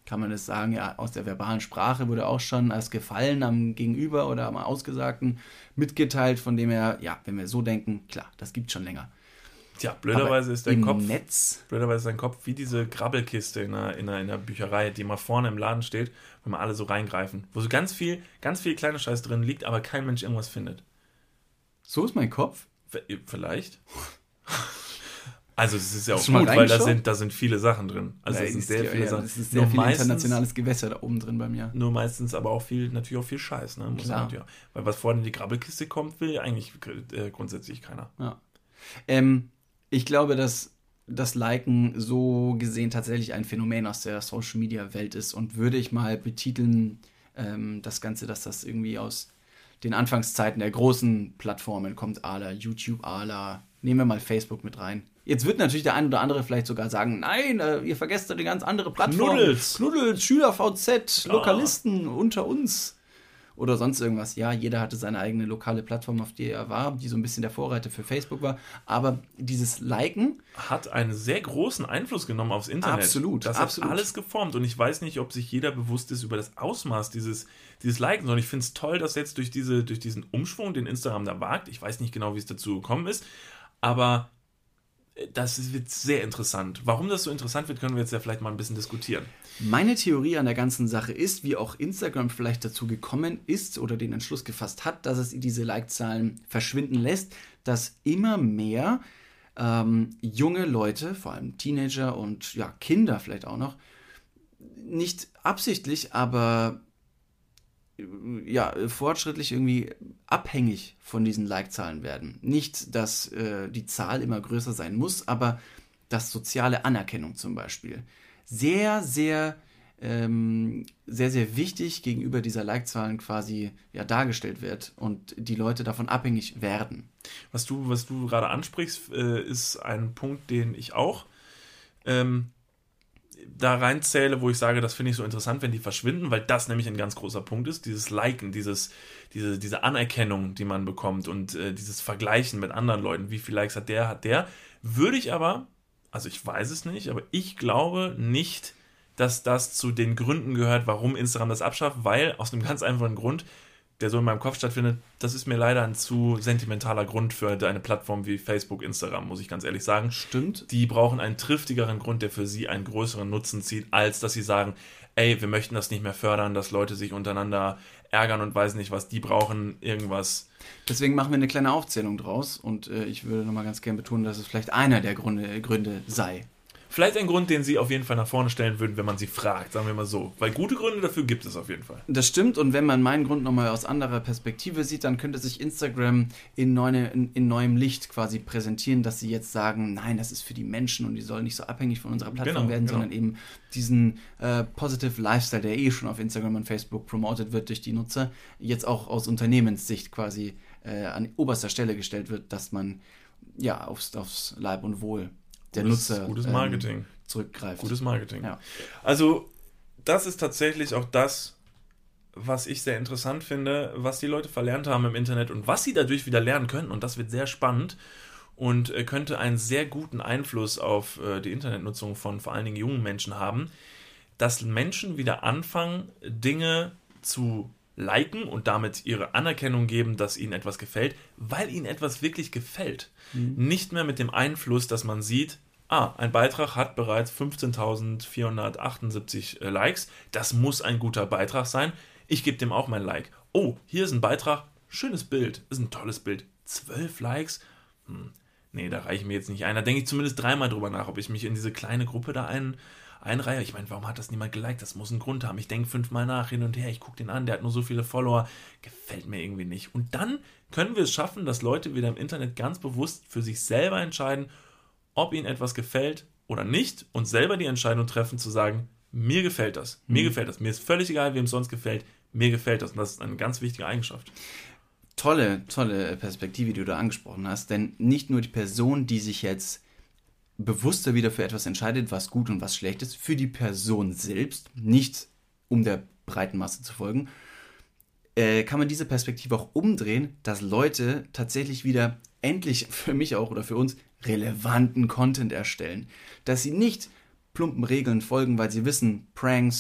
kann man das sagen, ja, aus der verbalen Sprache wurde auch schon als Gefallen am Gegenüber oder am Ausgesagten mitgeteilt, von dem her, ja, wenn wir so denken, klar, das gibt es schon länger. Tja, blöderweise ist dein Kopf Netz wie diese Grabbelkiste in einer Bücherei, die mal vorne im Laden steht, wo mal alle so reingreifen, wo so ganz viel kleiner Scheiß drin liegt, aber kein Mensch irgendwas findet. So ist mein Kopf? Vielleicht. Also es ist ja auch Hast du mal gut, weil reingeschaut? da sind viele Sachen drin. Also Ja, es sind sehr viele Sachen. Es ist sehr viel internationales Gewässer da oben drin bei mir. Nur meistens aber auch natürlich auch viel Scheiß. Ne? Muss Klar. man, ja. Weil was vorne in die Grabbelkiste kommt, will eigentlich grundsätzlich keiner. Ja. Ich glaube, dass das Liken so gesehen tatsächlich ein Phänomen aus der Social-Media-Welt ist und würde ich mal betiteln, das Ganze, dass das irgendwie aus den Anfangszeiten der großen Plattformen kommt, à la YouTube, à la, nehmen wir mal Facebook mit rein. Jetzt wird natürlich der ein oder andere vielleicht sogar sagen, nein, ihr vergesst eine ganz andere Plattform. Knuddels, Schüler-VZ, Lokalisten unter uns oder sonst irgendwas. Ja, jeder hatte seine eigene lokale Plattform, auf der er war, die so ein bisschen der Vorreiter für Facebook war. Aber dieses Liken hat einen sehr großen Einfluss genommen aufs Internet. Absolut. Das hat alles geformt. Und ich weiß nicht, ob sich jeder bewusst ist über das Ausmaß dieses Liken. Und ich finde es toll, dass jetzt durch diesen Umschwung, den Instagram da wagt, ich weiß nicht genau, wie es dazu gekommen ist, aber das wird sehr interessant. Warum das so interessant wird, können wir jetzt ja vielleicht mal ein bisschen diskutieren. Meine Theorie an der ganzen Sache ist, wie auch Instagram vielleicht dazu gekommen ist oder den Entschluss gefasst hat, dass es diese Like-Zahlen verschwinden lässt, dass immer mehr junge Leute, vor allem Teenager und ja, Kinder vielleicht auch noch, nicht absichtlich, aber ja, fortschrittlich irgendwie abhängig von diesen Like-Zahlen werden. Nicht, dass die Zahl immer größer sein muss, aber dass soziale Anerkennung zum Beispiel sehr, sehr wichtig gegenüber dieser Like-Zahlen quasi ja, dargestellt wird und die Leute davon abhängig werden. Was du gerade ansprichst, ist ein Punkt, den ich auch da reinzähle, wo ich sage, das finde ich so interessant, wenn die verschwinden, weil das nämlich ein ganz großer Punkt ist, dieses Liken, diese Anerkennung, die man bekommt und dieses Vergleichen mit anderen Leuten, wie viele Likes hat der, würde ich aber, also ich weiß es nicht, aber ich glaube nicht, dass das zu den Gründen gehört, warum Instagram das abschafft, weil aus einem ganz einfachen Grund, der so in meinem Kopf stattfindet, das ist mir leider ein zu sentimentaler Grund für eine Plattform wie Facebook, Instagram, muss ich ganz ehrlich sagen. Stimmt. Die brauchen einen triftigeren Grund, der für sie einen größeren Nutzen zieht, als dass sie sagen, ey, wir möchten das nicht mehr fördern, dass Leute sich untereinander ärgern und weiß nicht was, die brauchen irgendwas. Deswegen machen wir eine kleine Aufzählung draus und ich würde nochmal ganz gern betonen, dass es vielleicht einer der Gründe sei. Vielleicht ein Grund, den sie auf jeden Fall nach vorne stellen würden, wenn man sie fragt, sagen wir mal so. Weil gute Gründe dafür gibt es auf jeden Fall. Das stimmt, und wenn man meinen Grund nochmal aus anderer Perspektive sieht, dann könnte sich Instagram in neuem Licht quasi präsentieren, dass sie jetzt sagen, nein, das ist für die Menschen und die sollen nicht so abhängig von unserer Plattform werden, sondern eben diesen Positive Lifestyle, der schon auf Instagram und Facebook promotet wird durch die Nutzer, jetzt auch aus Unternehmenssicht quasi an oberster Stelle gestellt wird, dass man ja aufs Leib und Wohl der Nutzer gutes Marketing. Zurückgreift. Gutes Marketing. Ja. Also, das ist tatsächlich auch das, was ich sehr interessant finde, was die Leute verlernt haben im Internet und was sie dadurch wieder lernen können. Und das wird sehr spannend und könnte einen sehr guten Einfluss auf die Internetnutzung von vor allen Dingen jungen Menschen haben, dass Menschen wieder anfangen, Dinge zu liken und damit ihre Anerkennung geben, dass ihnen etwas gefällt, weil ihnen etwas wirklich gefällt. Nicht mehr mit dem Einfluss, dass man sieht, ein Beitrag hat bereits 15.478 Likes, das muss ein guter Beitrag sein, ich gebe dem auch mein Like. Oh, hier ist ein Beitrag, schönes Bild, ist ein tolles Bild, 12 Likes, nee, da reiche ich mir jetzt nicht ein, da denke ich zumindest dreimal drüber nach, ob ich mich in diese kleine Gruppe da einreihe. Ich meine, warum hat das niemand geliked? Das muss einen Grund haben. Ich denke 5-mal nach, hin und her, ich gucke den an, der hat nur so viele Follower, gefällt mir irgendwie nicht. Und dann können wir es schaffen, dass Leute wieder im Internet ganz bewusst für sich selber entscheiden, ob ihnen etwas gefällt oder nicht und selber die Entscheidung treffen, zu sagen, mir gefällt das, mir gefällt das. Mir ist völlig egal, wem es sonst gefällt, mir gefällt das. Und das ist eine ganz wichtige Eigenschaft. Tolle Perspektive, die du da angesprochen hast, denn nicht nur die Person, die sich jetzt bewusster wieder für etwas entscheidet, was gut und was schlecht ist, für die Person selbst, nicht um der breiten Masse zu folgen, kann man diese Perspektive auch umdrehen, dass Leute tatsächlich wieder endlich für mich auch oder für uns relevanten Content erstellen. Dass sie nicht plumpen Regeln folgen, weil sie wissen, Pranks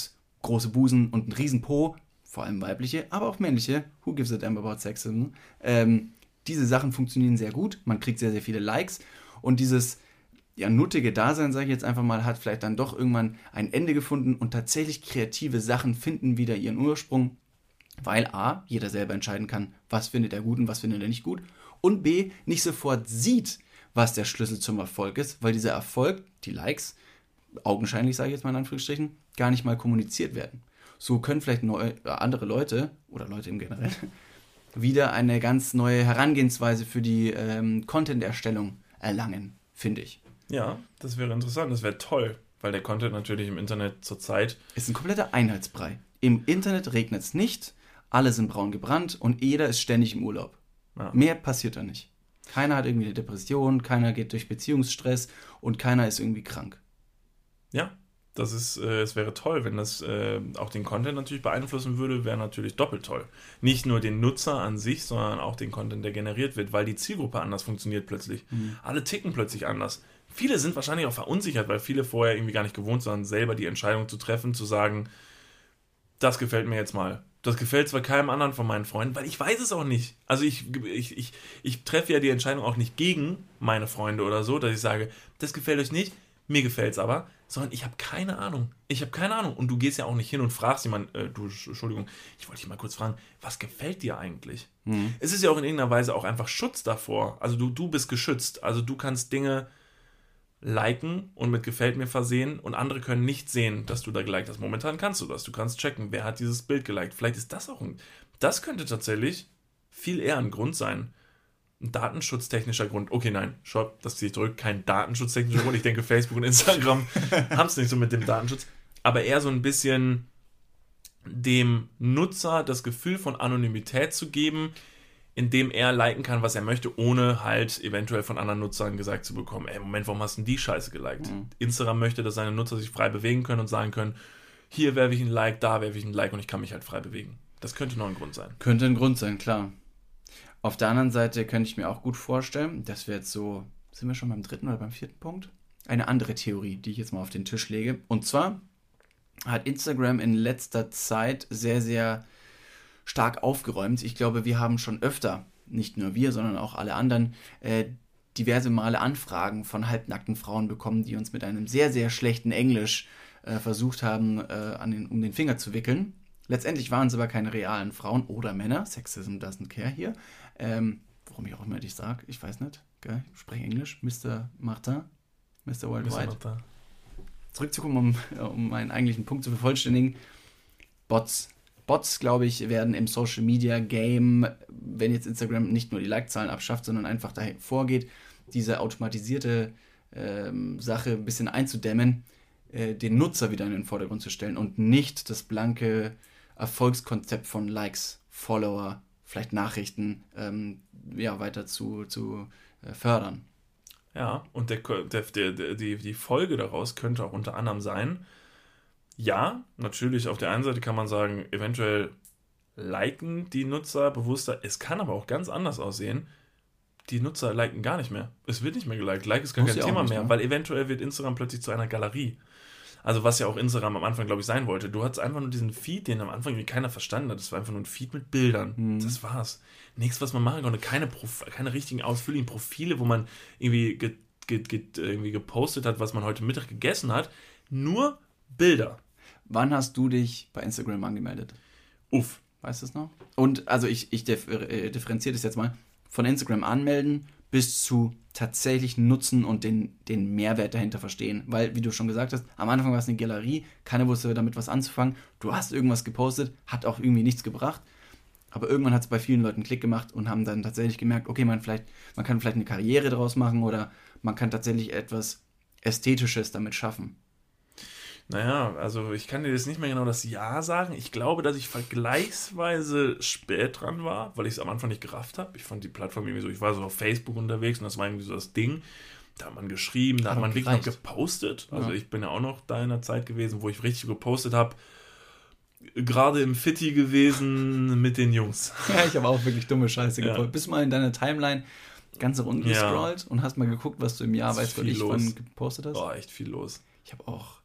große Busen und ein riesen Po, vor allem weibliche, aber auch männliche, who gives a damn about sexism, diese Sachen funktionieren sehr gut, man kriegt sehr, sehr viele Likes und dieses nuttige Dasein, sage ich jetzt einfach mal, hat vielleicht dann doch irgendwann ein Ende gefunden und tatsächlich kreative Sachen finden wieder ihren Ursprung, weil A, jeder selber entscheiden kann, was findet er gut und was findet er nicht gut und B, nicht sofort sieht, was der Schlüssel zum Erfolg ist, weil dieser Erfolg, die Likes, augenscheinlich, sage ich jetzt mal in Anführungsstrichen, gar nicht mal kommuniziert werden. So können vielleicht andere Leute oder Leute im Generell wieder eine ganz neue Herangehensweise für die Content-Erstellung erlangen, finde ich. Ja, das wäre interessant, das wäre toll, weil der Content natürlich im Internet zurzeit ist ein kompletter Einheitsbrei. Im Internet regnet es nicht, alle sind braun gebrannt und jeder ist ständig im Urlaub. Ja. Mehr passiert da nicht. Keiner hat irgendwie eine Depression, keiner geht durch Beziehungsstress und keiner ist irgendwie krank. Ja, es wäre toll, wenn das auch den Content natürlich beeinflussen würde, wäre natürlich doppelt toll. Nicht nur den Nutzer an sich, sondern auch den Content, der generiert wird, weil die Zielgruppe anders funktioniert plötzlich. Alle ticken plötzlich anders. Viele sind wahrscheinlich auch verunsichert, weil viele vorher irgendwie gar nicht gewohnt waren, selber die Entscheidung zu treffen, zu sagen, das gefällt mir jetzt mal. Das gefällt zwar keinem anderen von meinen Freunden, weil ich weiß es auch nicht. Also ich treffe ja die Entscheidung auch nicht gegen meine Freunde oder so, dass ich sage, das gefällt euch nicht, mir gefällt es aber, sondern ich habe keine Ahnung. Und du gehst ja auch nicht hin und fragst jemanden, Entschuldigung, ich wollte dich mal kurz fragen, was gefällt dir eigentlich? Es ist ja auch in irgendeiner Weise auch einfach Schutz davor. Also du bist geschützt. Also du kannst Dinge liken und mit gefällt mir versehen und andere können nicht sehen, dass du da geliked hast. Momentan kannst du das. Du kannst checken, wer hat dieses Bild geliked. Vielleicht ist das das könnte tatsächlich viel eher ein Grund sein. Ein datenschutztechnischer Grund. Okay, nein, stopp, das ziehe ich zurück. Kein datenschutztechnischer Grund. Ich denke, Facebook und Instagram haben es nicht so mit dem Datenschutz. Aber eher so ein bisschen dem Nutzer das Gefühl von Anonymität zu geben, indem er liken kann, was er möchte, ohne halt eventuell von anderen Nutzern gesagt zu bekommen, ey, Moment, warum hast du denn die Scheiße geliked? Instagram möchte, dass seine Nutzer sich frei bewegen können und sagen können, hier werfe ich ein Like, da werfe ich ein Like und ich kann mich halt frei bewegen. Das könnte noch ein Grund sein. Könnte ein Grund sein, klar. Auf der anderen Seite könnte ich mir auch gut vorstellen, dass wir jetzt so, sind wir schon beim 3. oder beim 4. Punkt? Eine andere Theorie, die ich jetzt mal auf den Tisch lege. Und zwar hat Instagram in letzter Zeit sehr, sehr stark aufgeräumt. Ich glaube, wir haben schon öfter, nicht nur wir, sondern auch alle anderen, diverse Male Anfragen von halbnackten Frauen bekommen, die uns mit einem sehr, sehr schlechten Englisch versucht haben, um den Finger zu wickeln. Letztendlich waren es aber keine realen Frauen oder Männer. Sexism doesn't care hier. Warum ich auch immer dich sage, ich weiß nicht. Gell? Ich spreche Englisch. Mr. Martin, Mr. Worldwide. Zurückzukommen, um meinen eigentlichen Punkt zu vervollständigen. Bots, glaube ich, werden im Social Media Game, wenn jetzt Instagram nicht nur die Like-Zahlen abschafft, sondern einfach dahin vorgeht, diese automatisierte Sache ein bisschen einzudämmen, den Nutzer wieder in den Vordergrund zu stellen und nicht das blanke Erfolgskonzept von Likes, Follower, vielleicht Nachrichten weiter zu fördern. Ja, und die Folge daraus könnte auch unter anderem sein, ja, natürlich, auf der einen Seite kann man sagen, eventuell liken die Nutzer bewusster. Es kann aber auch ganz anders aussehen. Die Nutzer liken gar nicht mehr. Es wird nicht mehr geliked. Like ist gar kein Thema mehr, weil eventuell wird Instagram plötzlich zu einer Galerie. Also was ja auch Instagram am Anfang, glaube ich, sein wollte. Du hattest einfach nur diesen Feed, den am Anfang irgendwie keiner verstanden hat. Das war einfach nur ein Feed mit Bildern. Das war's. Nichts, was man machen konnte. Keine richtigen ausführlichen Profile, wo man irgendwie irgendwie gepostet hat, was man heute Mittag gegessen hat. Nur Bilder. Wann hast du dich bei Instagram angemeldet? Weißt du es noch? Und also ich differenziere das jetzt mal. Von Instagram anmelden bis zu tatsächlich nutzen und den Mehrwert dahinter verstehen. Weil, wie du schon gesagt hast, am Anfang war es eine Galerie, keiner wusste damit was anzufangen. Du hast irgendwas gepostet, hat auch irgendwie nichts gebracht. Aber irgendwann hat es bei vielen Leuten Klick gemacht und haben dann tatsächlich gemerkt, okay, man kann vielleicht eine Karriere daraus machen oder man kann tatsächlich etwas Ästhetisches damit schaffen. Naja, also ich kann dir jetzt nicht mehr genau das Jahr sagen. Ich glaube, dass ich vergleichsweise spät dran war, weil ich es am Anfang nicht gerafft habe. Ich fand die Plattform irgendwie so, ich war so auf Facebook unterwegs und das war irgendwie so das Ding. Da hat man geschrieben, da hat man wirklich noch gepostet. Also ich bin ja auch noch da in der Zeit gewesen, wo ich richtig gepostet habe. Gerade im Fitti gewesen mit den Jungs. Ja, ich habe auch wirklich dumme Scheiße gepostet. Bist du mal in deiner Timeline ganz runter gescrollt und hast mal geguckt, was du im Jahr, weißt du nicht, wann gepostet hast? Boah, echt viel los. Ich habe auch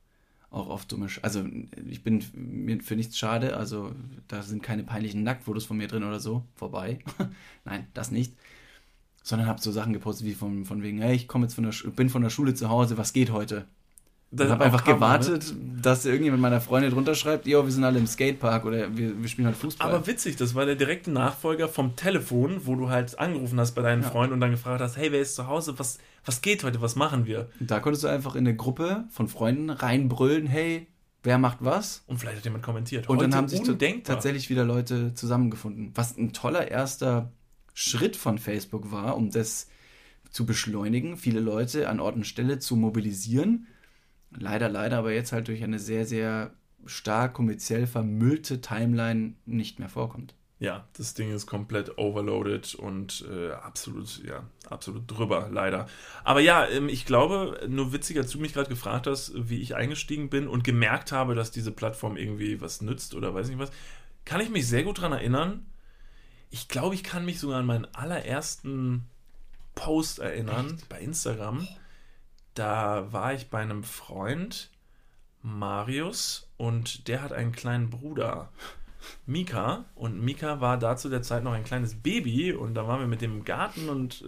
auch oft dumme. Also ich bin mir für nichts schade, also da sind keine peinlichen Nacktfotos von mir drin oder so, vorbei. Nein, das nicht. Sondern habe so Sachen gepostet wie von wegen, hey, ich komme jetzt bin von der Schule zu Hause, was geht heute? Ich habe einfach gewartet, dass irgendjemand meiner Freunde drunter schreibt, jo, wir sind alle im Skatepark oder wir spielen halt Fußball. Aber witzig, das war der direkte Nachfolger vom Telefon, wo du halt angerufen hast bei deinen Freunden und dann gefragt hast, hey, wer ist zu Hause, was geht heute, was machen wir? Und da konntest du einfach in eine Gruppe von Freunden reinbrüllen, hey, wer macht was? Und vielleicht hat jemand kommentiert. Und dann haben sich tatsächlich wieder Leute zusammengefunden. Was ein toller erster Schritt von Facebook war, um das zu beschleunigen, viele Leute an Ort und Stelle zu mobilisieren. Leider, aber jetzt halt durch eine sehr, sehr stark kommerziell vermüllte Timeline nicht mehr vorkommt. Ja, das Ding ist komplett overloaded und absolut drüber, leider. Aber ja, ich glaube, nur witziger, als du mich gerade gefragt hast, wie ich eingestiegen bin und gemerkt habe, dass diese Plattform irgendwie was nützt oder weiß nicht was, kann ich mich sehr gut daran erinnern. Ich glaube, ich kann mich sogar an meinen allerersten Post erinnern. Echt? Bei Instagram. Da war ich bei einem Freund, Marius, und der hat einen kleinen Bruder, Mika. Und Mika war da zu der Zeit noch ein kleines Baby und da waren wir mit dem im Garten und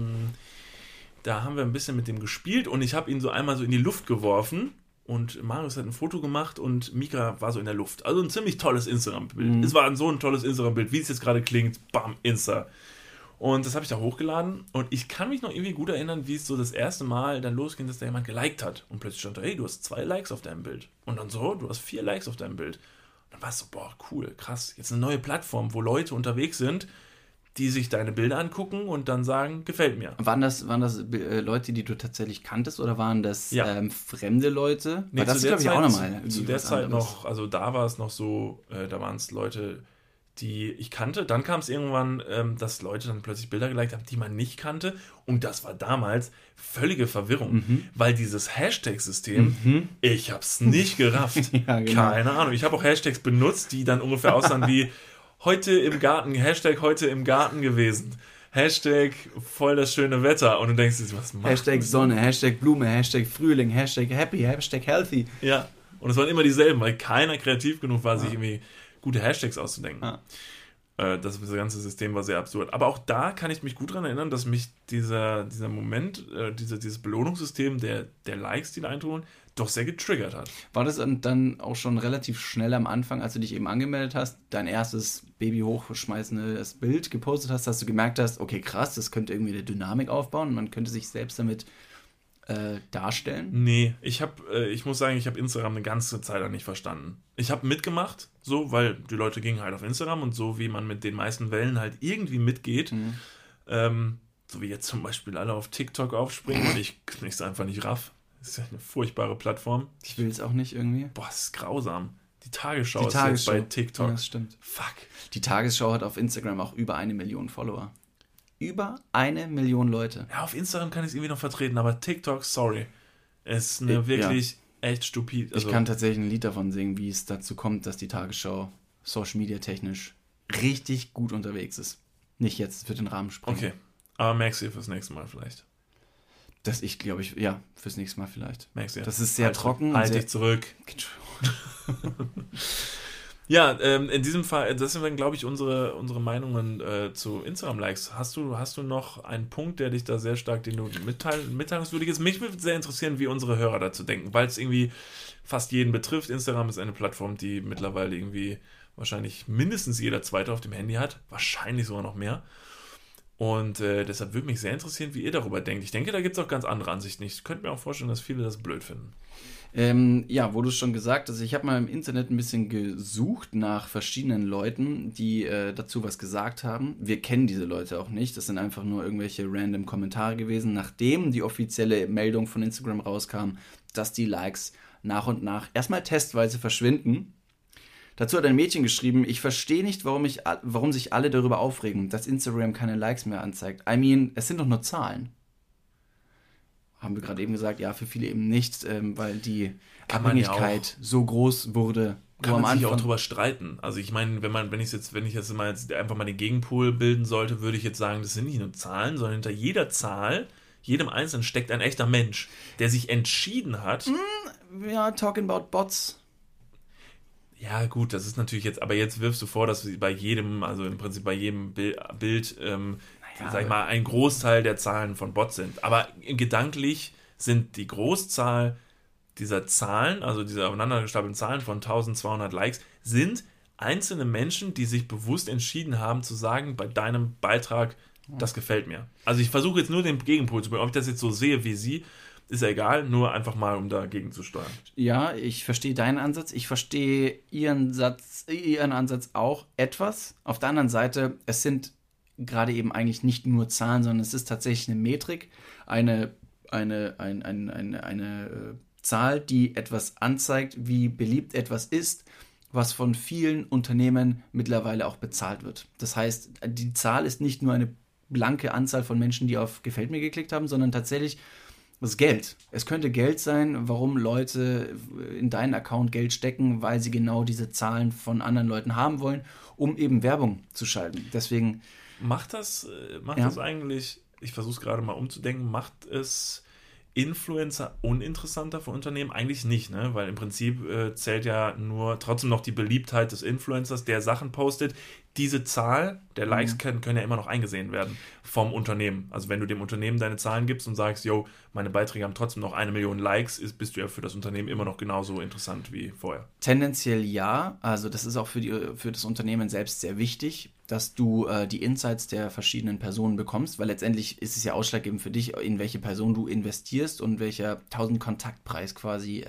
da haben wir ein bisschen mit dem gespielt und ich habe ihn so einmal so in die Luft geworfen und Marius hat ein Foto gemacht und Mika war so in der Luft. Also ein ziemlich tolles Instagram-Bild. Es war so ein tolles Instagram-Bild, wie es jetzt gerade klingt. Bam, Insta. Und das habe ich da hochgeladen und ich kann mich noch irgendwie gut erinnern, wie es so das erste Mal dann losging, dass da jemand geliked hat. Und plötzlich stand da, hey, du hast 2 Likes auf deinem Bild. Und dann so, du hast 4 Likes auf deinem Bild. Und dann war es so, boah, cool, krass. Jetzt eine neue Plattform, wo Leute unterwegs sind, die sich deine Bilder angucken und dann sagen, gefällt mir. Waren das Leute, die du tatsächlich kanntest oder waren das fremde Leute? Nee, das ist, glaube ich, auch nochmal. Zu der Zeit anderes. noch, also da war es noch so, da waren es Leute, die ich kannte. Dann kam es irgendwann, dass Leute dann plötzlich Bilder geliked haben, die man nicht kannte. Und das war damals völlige Verwirrung, weil dieses Hashtag-System, ich habe es nicht gerafft. Ja, genau. Keine Ahnung. Ich habe auch Hashtags benutzt, die dann ungefähr aussahen wie heute im Garten, Hashtag heute im Garten gewesen. Hashtag voll das schöne Wetter. Und du denkst dir, was machst du? Hashtag Sonne, Hashtag Blume, Hashtag Frühling, Hashtag Happy, Hashtag Healthy. Ja, und es waren immer dieselben, weil keiner kreativ genug war, sich irgendwie gute Hashtags auszudenken. Das ganze System war sehr absurd. Aber auch da kann ich mich gut daran erinnern, dass mich dieser Moment, dieses Belohnungssystem der Likes, die da eintrudeln, doch sehr getriggert hat. War das dann auch schon relativ schnell am Anfang, als du dich eben angemeldet hast, dein erstes Baby hochschmeißendes Bild gepostet hast, dass du gemerkt hast, okay, krass, das könnte irgendwie eine Dynamik aufbauen und man könnte sich selbst damit darstellen? Nee, ich muss sagen, ich habe Instagram eine ganze Zeit lang nicht verstanden. Ich habe mitgemacht, so, weil die Leute gingen halt auf Instagram und so, wie man mit den meisten Wellen halt irgendwie mitgeht, so wie jetzt zum Beispiel alle auf TikTok aufspringen und ich es einfach nicht raff. Das ist ja eine furchtbare Plattform. Ich will es auch nicht irgendwie. Boah, das ist grausam. Die Tagesschau ist jetzt bei TikTok. Ja, das stimmt. Fuck. Die Tagesschau hat auf Instagram auch über 1 Million Follower. Über 1 Million Leute. Ja, auf Instagram kann ich es irgendwie noch vertreten, aber TikTok, sorry. Ist eine wirklich echt stupid. Also ich kann tatsächlich ein Lied davon singen, wie es dazu kommt, dass die Tagesschau Social Media technisch richtig gut unterwegs ist. Nicht jetzt für den Rahmen springen. Okay, aber merkst du dir fürs nächste Mal vielleicht? Fürs nächste Mal vielleicht. Merkst du ja. Das ist sehr trocken. Halt dich zurück. Ja, in diesem Fall, das sind dann, glaube ich, unsere Meinungen zu Instagram-Likes. Hast du noch einen Punkt, der dich da sehr stark, den du mitteilungswürdig ist? Mich würde sehr interessieren, wie unsere Hörer dazu denken, weil es irgendwie fast jeden betrifft. Instagram ist eine Plattform, die mittlerweile irgendwie wahrscheinlich mindestens jeder Zweite auf dem Handy hat. Wahrscheinlich sogar noch mehr. Und deshalb würde mich sehr interessieren, wie ihr darüber denkt. Ich denke, da gibt es auch ganz andere Ansichten. Ich könnte mir auch vorstellen, dass viele das blöd finden. Wo du es schon gesagt hast, ich habe mal im Internet ein bisschen gesucht nach verschiedenen Leuten, die dazu was gesagt haben. Wir kennen diese Leute auch nicht. Das sind einfach nur irgendwelche random Kommentare gewesen, nachdem die offizielle Meldung von Instagram rauskam, dass die Likes nach und nach erstmal testweise verschwinden. Dazu hat ein Mädchen geschrieben, ich verstehe nicht, warum sich alle darüber aufregen, dass Instagram keine Likes mehr anzeigt. Es sind doch nur Zahlen. Haben wir gerade eben gesagt, ja, für viele eben nicht, weil die Abhängigkeit so groß wurde. Kann man sich auch drüber streiten. Also ich meine, wenn ich jetzt einfach mal den Gegenpol bilden sollte, würde ich jetzt sagen, das sind nicht nur Zahlen, sondern hinter jeder Zahl, jedem Einzelnen steckt ein echter Mensch, der sich entschieden hat. talking about Bots. Ja, gut, das ist natürlich jetzt, aber jetzt wirfst du vor, dass bei jedem, also im Prinzip bei jedem Bild, sag ich mal, ein Großteil der Zahlen von Bots sind. Aber gedanklich sind die Großzahl dieser Zahlen, also diese aufeinandergestapelten Zahlen von 1200 Likes, sind einzelne Menschen, die sich bewusst entschieden haben zu sagen, bei deinem Beitrag, das gefällt mir. Also ich versuche jetzt nur den Gegenpol zu bekommen. Ob ich das jetzt so sehe wie sie, ist ja egal, nur einfach mal, um dagegen zu steuern. Ja, ich verstehe deinen Ansatz. Ich verstehe Ihren Ansatz auch etwas. Auf der anderen Seite, es sind gerade eben eigentlich nicht nur Zahlen, sondern es ist tatsächlich eine Metrik, eine Zahl, die etwas anzeigt, wie beliebt etwas ist, was von vielen Unternehmen mittlerweile auch bezahlt wird. Das heißt, die Zahl ist nicht nur eine blanke Anzahl von Menschen, die auf Gefällt mir geklickt haben, sondern tatsächlich das Geld. Es könnte Geld sein, warum Leute in deinen Account Geld stecken, weil sie genau diese Zahlen von anderen Leuten haben wollen, um eben Werbung zu schalten. Deswegen macht das eigentlich, ich versuche es gerade mal umzudenken, macht es Influencer uninteressanter für Unternehmen? Eigentlich nicht, ne? Weil im Prinzip zählt ja nur trotzdem noch die Beliebtheit des Influencers, der Sachen postet. Diese Zahl der Likes können ja immer noch eingesehen werden vom Unternehmen. Also wenn du dem Unternehmen deine Zahlen gibst und sagst, yo, meine Beiträge haben trotzdem noch 1 Million Likes, bist du ja für das Unternehmen immer noch genauso interessant wie vorher. Tendenziell ja. Also das ist auch für das Unternehmen selbst sehr wichtig, dass du die Insights der verschiedenen Personen bekommst, weil letztendlich ist es ja ausschlaggebend für dich, in welche Person du investierst und welcher 1000-Kontaktpreis quasi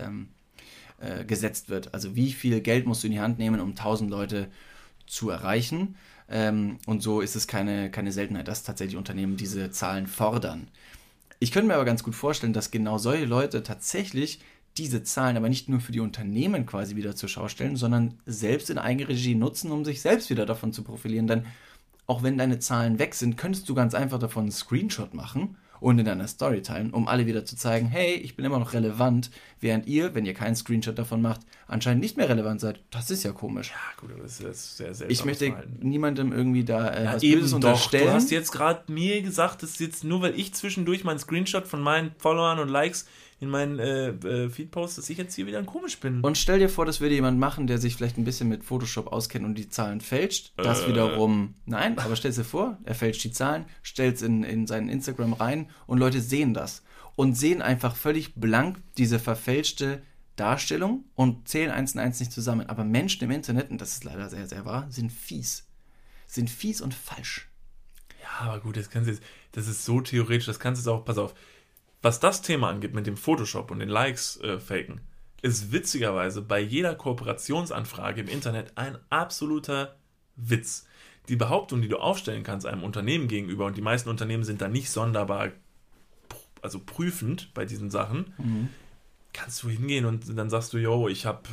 gesetzt wird. Also wie viel Geld musst du in die Hand nehmen, um 1000 Leute zu erreichen. Und so ist es keine Seltenheit, dass tatsächlich Unternehmen diese Zahlen fordern. Ich könnte mir aber ganz gut vorstellen, dass genau solche Leute tatsächlich diese Zahlen aber nicht nur für die Unternehmen quasi wieder zur Schau stellen, sondern selbst in Eigenregie nutzen, um sich selbst wieder davon zu profilieren. Denn auch wenn deine Zahlen weg sind, könntest du ganz einfach davon einen Screenshot machen und in deiner Story teilen, um alle wieder zu zeigen, hey, ich bin immer noch relevant, während ihr, wenn ihr keinen Screenshot davon macht, anscheinend nicht mehr relevant seid. Das ist ja komisch. Ja, gut, aber das ist sehr seltsam. Ich möchte niemandem irgendwie da was Böses Böses unterstellen. Du hast jetzt gerade mir gesagt, dass jetzt nur, weil ich zwischendurch meinen Screenshot von meinen Followern und Likes in meinen Feed poste, dass ich jetzt hier wieder komisch bin. Und stell dir vor, das würde jemand machen, der sich vielleicht ein bisschen mit Photoshop auskennt und die Zahlen fälscht. Das wiederum, nein, aber stell dir vor, er fälscht die Zahlen, stellt es in seinen Instagram rein und Leute sehen das. Und sehen einfach völlig blank diese verfälschte Darstellung und zählen 1 und 1 nicht zusammen. Aber Menschen im Internet, und das ist leider sehr, sehr wahr, sind fies. Sind fies und falsch. Ja, aber gut, das ist so theoretisch, das kannst du jetzt auch, pass auf, was das Thema angeht mit dem Photoshop und den Likes faken, ist witzigerweise bei jeder Kooperationsanfrage im Internet ein absoluter Witz. Die Behauptung, die du aufstellen kannst einem Unternehmen gegenüber, und die meisten Unternehmen sind da nicht sonderbar, also prüfend bei diesen Sachen, kannst du hingehen und dann sagst du, yo, ich hab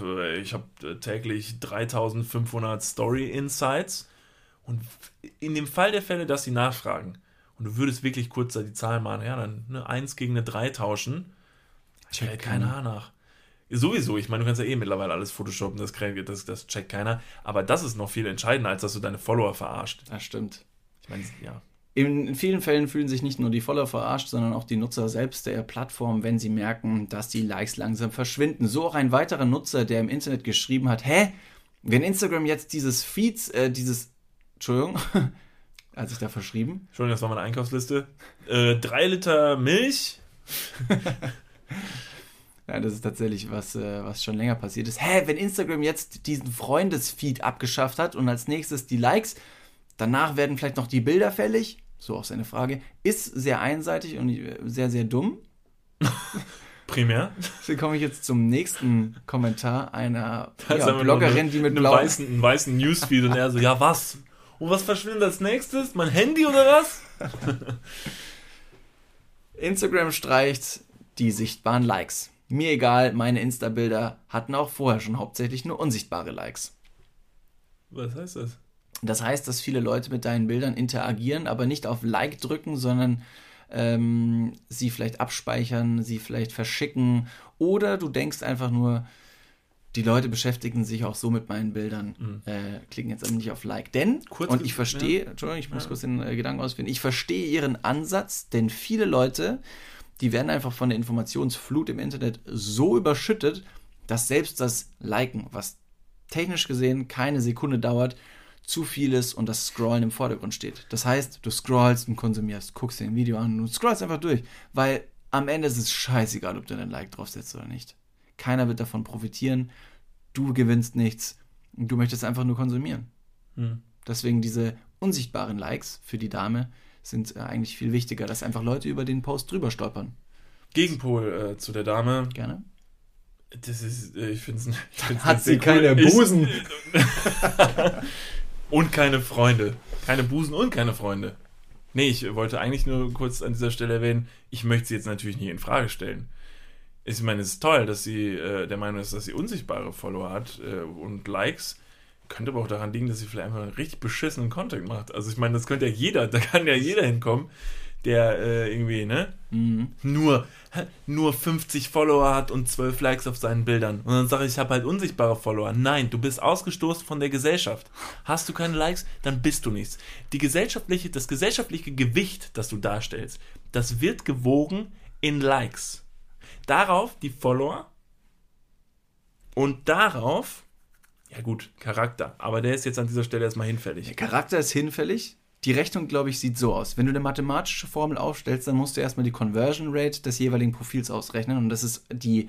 täglich 3500 Story-Insights, und in dem Fall der Fälle, dass sie nachfragen, und du würdest wirklich kurz da die Zahlen machen, ja, dann eine 1 gegen eine 3 tauschen, checkt keiner nach. Sowieso, ich meine, du kannst ja mittlerweile alles photoshoppen, das checkt keiner, aber das ist noch viel entscheidender, als dass du deine Follower verarscht. Das stimmt. Ich meine, ja. In vielen Fällen fühlen sich nicht nur die Follower verarscht, sondern auch die Nutzer selbst der Plattform, wenn sie merken, dass die Likes langsam verschwinden. So auch ein weiterer Nutzer, der im Internet geschrieben hat, wenn Instagram jetzt dieses Feeds, Entschuldigung, als ich da verschrieben. Entschuldigung, das war meine Einkaufsliste. 3 Liter Milch. Ja, das ist tatsächlich was schon länger passiert ist. Wenn Instagram jetzt diesen Freundesfeed abgeschafft hat und als nächstes die Likes, danach werden vielleicht noch die Bilder fällig, so auch seine Frage, ist sehr einseitig und sehr, sehr dumm. Primär. So komme ich jetzt zum nächsten Kommentar einer Bloggerin, die mit einen weißen Newsfeed und er so, ja was? Und was verschwindet als nächstes? Mein Handy oder was? Instagram streicht die sichtbaren Likes. Mir egal, meine Insta-Bilder hatten auch vorher schon hauptsächlich nur unsichtbare Likes. Was heißt das? Das heißt, dass viele Leute mit deinen Bildern interagieren, aber nicht auf Like drücken, sondern sie vielleicht abspeichern, sie vielleicht verschicken. Oder du denkst einfach nur, die Leute beschäftigen sich auch so mit meinen Bildern, klicken jetzt aber nicht auf Like. Denn, und ich verstehe, Entschuldigung, ich muss kurz den Gedanken ausführen, ich verstehe ihren Ansatz, denn viele Leute, Die werden einfach von der Informationsflut im Internet so überschüttet, dass selbst das Liken, was technisch gesehen keine Sekunde dauert, zu viel ist und das Scrollen im Vordergrund steht. Das heißt, du scrollst und konsumierst, guckst dir ein Video an und scrollst einfach durch, weil am Ende ist es scheißegal, ob du einen Like draufsetzt oder nicht. Keiner wird davon profitieren, du gewinnst nichts, du möchtest einfach nur konsumieren. Deswegen diese unsichtbaren Likes für die Dame sind eigentlich viel wichtiger, dass einfach Leute über den Post drüber stolpern. Gegenpol zu der Dame. Gerne. Das ist, ich finde es. Hat sie keine Busen? Und keine Freunde. Keine Busen und keine Freunde. Nee, ich wollte eigentlich nur kurz an dieser Stelle erwähnen, ich möchte sie jetzt natürlich nicht in Frage stellen. Ich meine, es ist toll, dass sie der Meinung ist, dass sie unsichtbare Follower hat und Likes. Könnte aber auch daran liegen, dass sie vielleicht einfach einen richtig beschissenen Content macht. Also ich meine, das könnte ja jeder, da kann ja jeder hinkommen, der irgendwie, ne? Nur 50 Follower hat und 12 Likes auf seinen Bildern. Und dann sage ich habe halt unsichtbare Follower. Nein, du bist ausgestoßen von der Gesellschaft. Hast du keine Likes, dann bist du nichts. Das gesellschaftliche Gewicht, das du darstellst, das wird gewogen in Likes. Darauf die Follower und darauf, ja gut, Charakter. Aber der ist jetzt an dieser Stelle erstmal hinfällig. Der Charakter ist hinfällig. Die Rechnung, glaube ich, sieht so aus. Wenn du eine mathematische Formel aufstellst, dann musst du erstmal die Conversion Rate des jeweiligen Profils ausrechnen. Und das ist die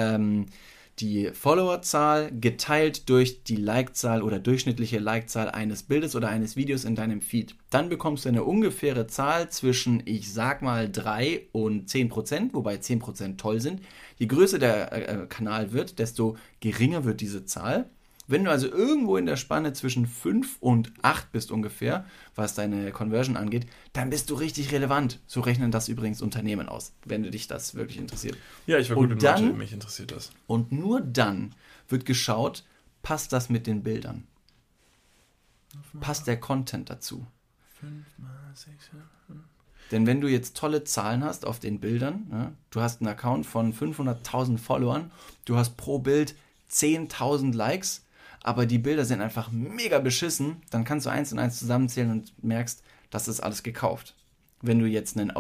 Followerzahl geteilt durch die Likezahl oder durchschnittliche Likezahl eines Bildes oder eines Videos in deinem Feed. Dann bekommst du eine ungefähre Zahl zwischen, ich sag mal, 3 und 10%, wobei 10% toll sind. Je größer der Kanal wird, desto geringer wird diese Zahl. Wenn du also irgendwo in der Spanne zwischen 5 und 8 bist ungefähr, was deine Conversion angeht, dann bist du richtig relevant. So rechnen das übrigens Unternehmen aus, wenn dich das wirklich interessiert. Ja, ich war gut in Mathe, mich interessiert das. Und nur dann wird geschaut, passt das mit den Bildern? Passt der Content dazu? 5 mal 6, Denn wenn du jetzt tolle Zahlen hast auf den Bildern, ja, du hast einen Account von 500.000 Followern, du hast pro Bild 10.000 Likes, aber die Bilder sind einfach mega beschissen, dann kannst du 1 und 1 zusammenzählen und merkst, das ist alles gekauft. Wenn du jetzt wenn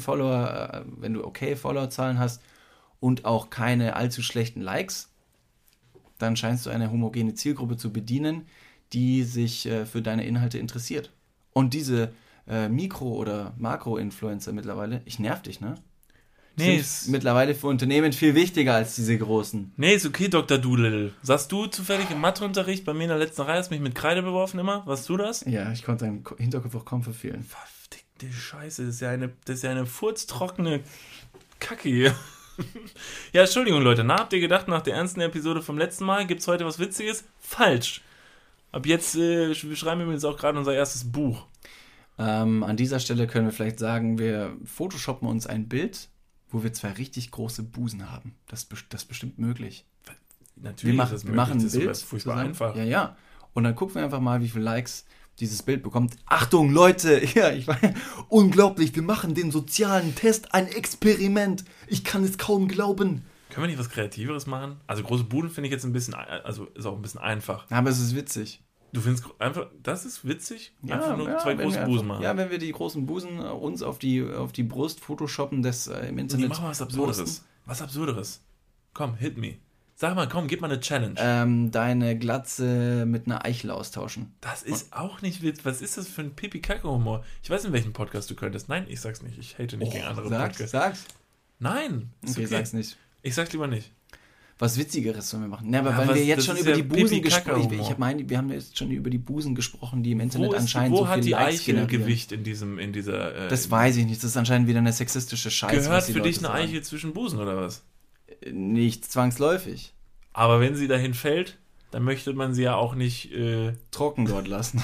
du okay Followerzahlen hast und auch keine allzu schlechten Likes, dann scheinst du eine homogene Zielgruppe zu bedienen, die sich für deine Inhalte interessiert. Und diese Mikro- oder Makro-Influencer mittlerweile, ich nerv dich, ne? Nee, sind mittlerweile für Unternehmen viel wichtiger als diese großen. Nee, ist okay, Dr. Doolittle. Sagst du zufällig im Matheunterricht bei mir in der letzten Reihe, hast mich mit Kreide beworfen immer? Warst du das? Ja, ich konnte deinen Hinterkopf auch kaum verfehlen. Verfickte Scheiße, das ist ja eine furztrockene Kacke hier. Ja, Entschuldigung, Leute. Habt ihr gedacht, nach der ernsten Episode vom letzten Mal gibt's heute was Witziges? Falsch. Ab jetzt, wir schreiben übrigens auch gerade unser erstes Buch. An dieser Stelle können wir vielleicht sagen, wir photoshoppen uns ein Bild, wo wir 2 richtig große Busen haben. Das ist bestimmt möglich. Natürlich wir machen ein Bild. Furchtbar zusammen. einfach. Ja. Und dann gucken wir einfach mal, wie viele Likes dieses Bild bekommt. Achtung, Leute! Ja, ich weiß. Unglaublich, wir machen den sozialen Test, ein Experiment. Ich kann es kaum glauben. Können wir nicht was Kreativeres machen? Also große Buden finde ich jetzt ein bisschen, also ist auch ein bisschen einfach. Aber es ist witzig. Du findest einfach, das ist witzig? Ja, einfach nur 2 große Busen machen. Ja, wenn wir die großen Busen uns auf die Brust photoshoppen, das im Internet. Nee, mach mal was Absurderes. Posten. Was Absurderes. Komm, hit me. Sag mal, komm, gib mal eine Challenge. Deine Glatze mit einer Eichel austauschen. Das ist auch nicht witzig. Was ist das für ein Pipi-Kacke-Humor? Ich weiß, in welchem Podcast du könntest. Nein, ich sag's nicht. Ich hate nicht gegen andere Podcasts. Sag's. Nein, ist Okay, sag's nicht. Ich sag's lieber nicht. Was Witzigeres sollen wir machen. Ja, aber Ja, weil wir jetzt das schon ist über ja die Busen Pipi-Kacke-Humor. gesprochen haben. Wir haben jetzt schon über die Busen gesprochen, die im Internet anscheinend wo so hat viel die Likes Eichel generieren. Gewicht in dieser... Das weiß ich nicht. Das ist anscheinend wieder eine sexistische Scheiße. Gehört was die für Leute dich eine sagen. Eichel zwischen Busen oder was? Nicht zwangsläufig. Aber wenn sie dahin fällt, dann möchte man sie ja auch nicht... Trocken dort lassen.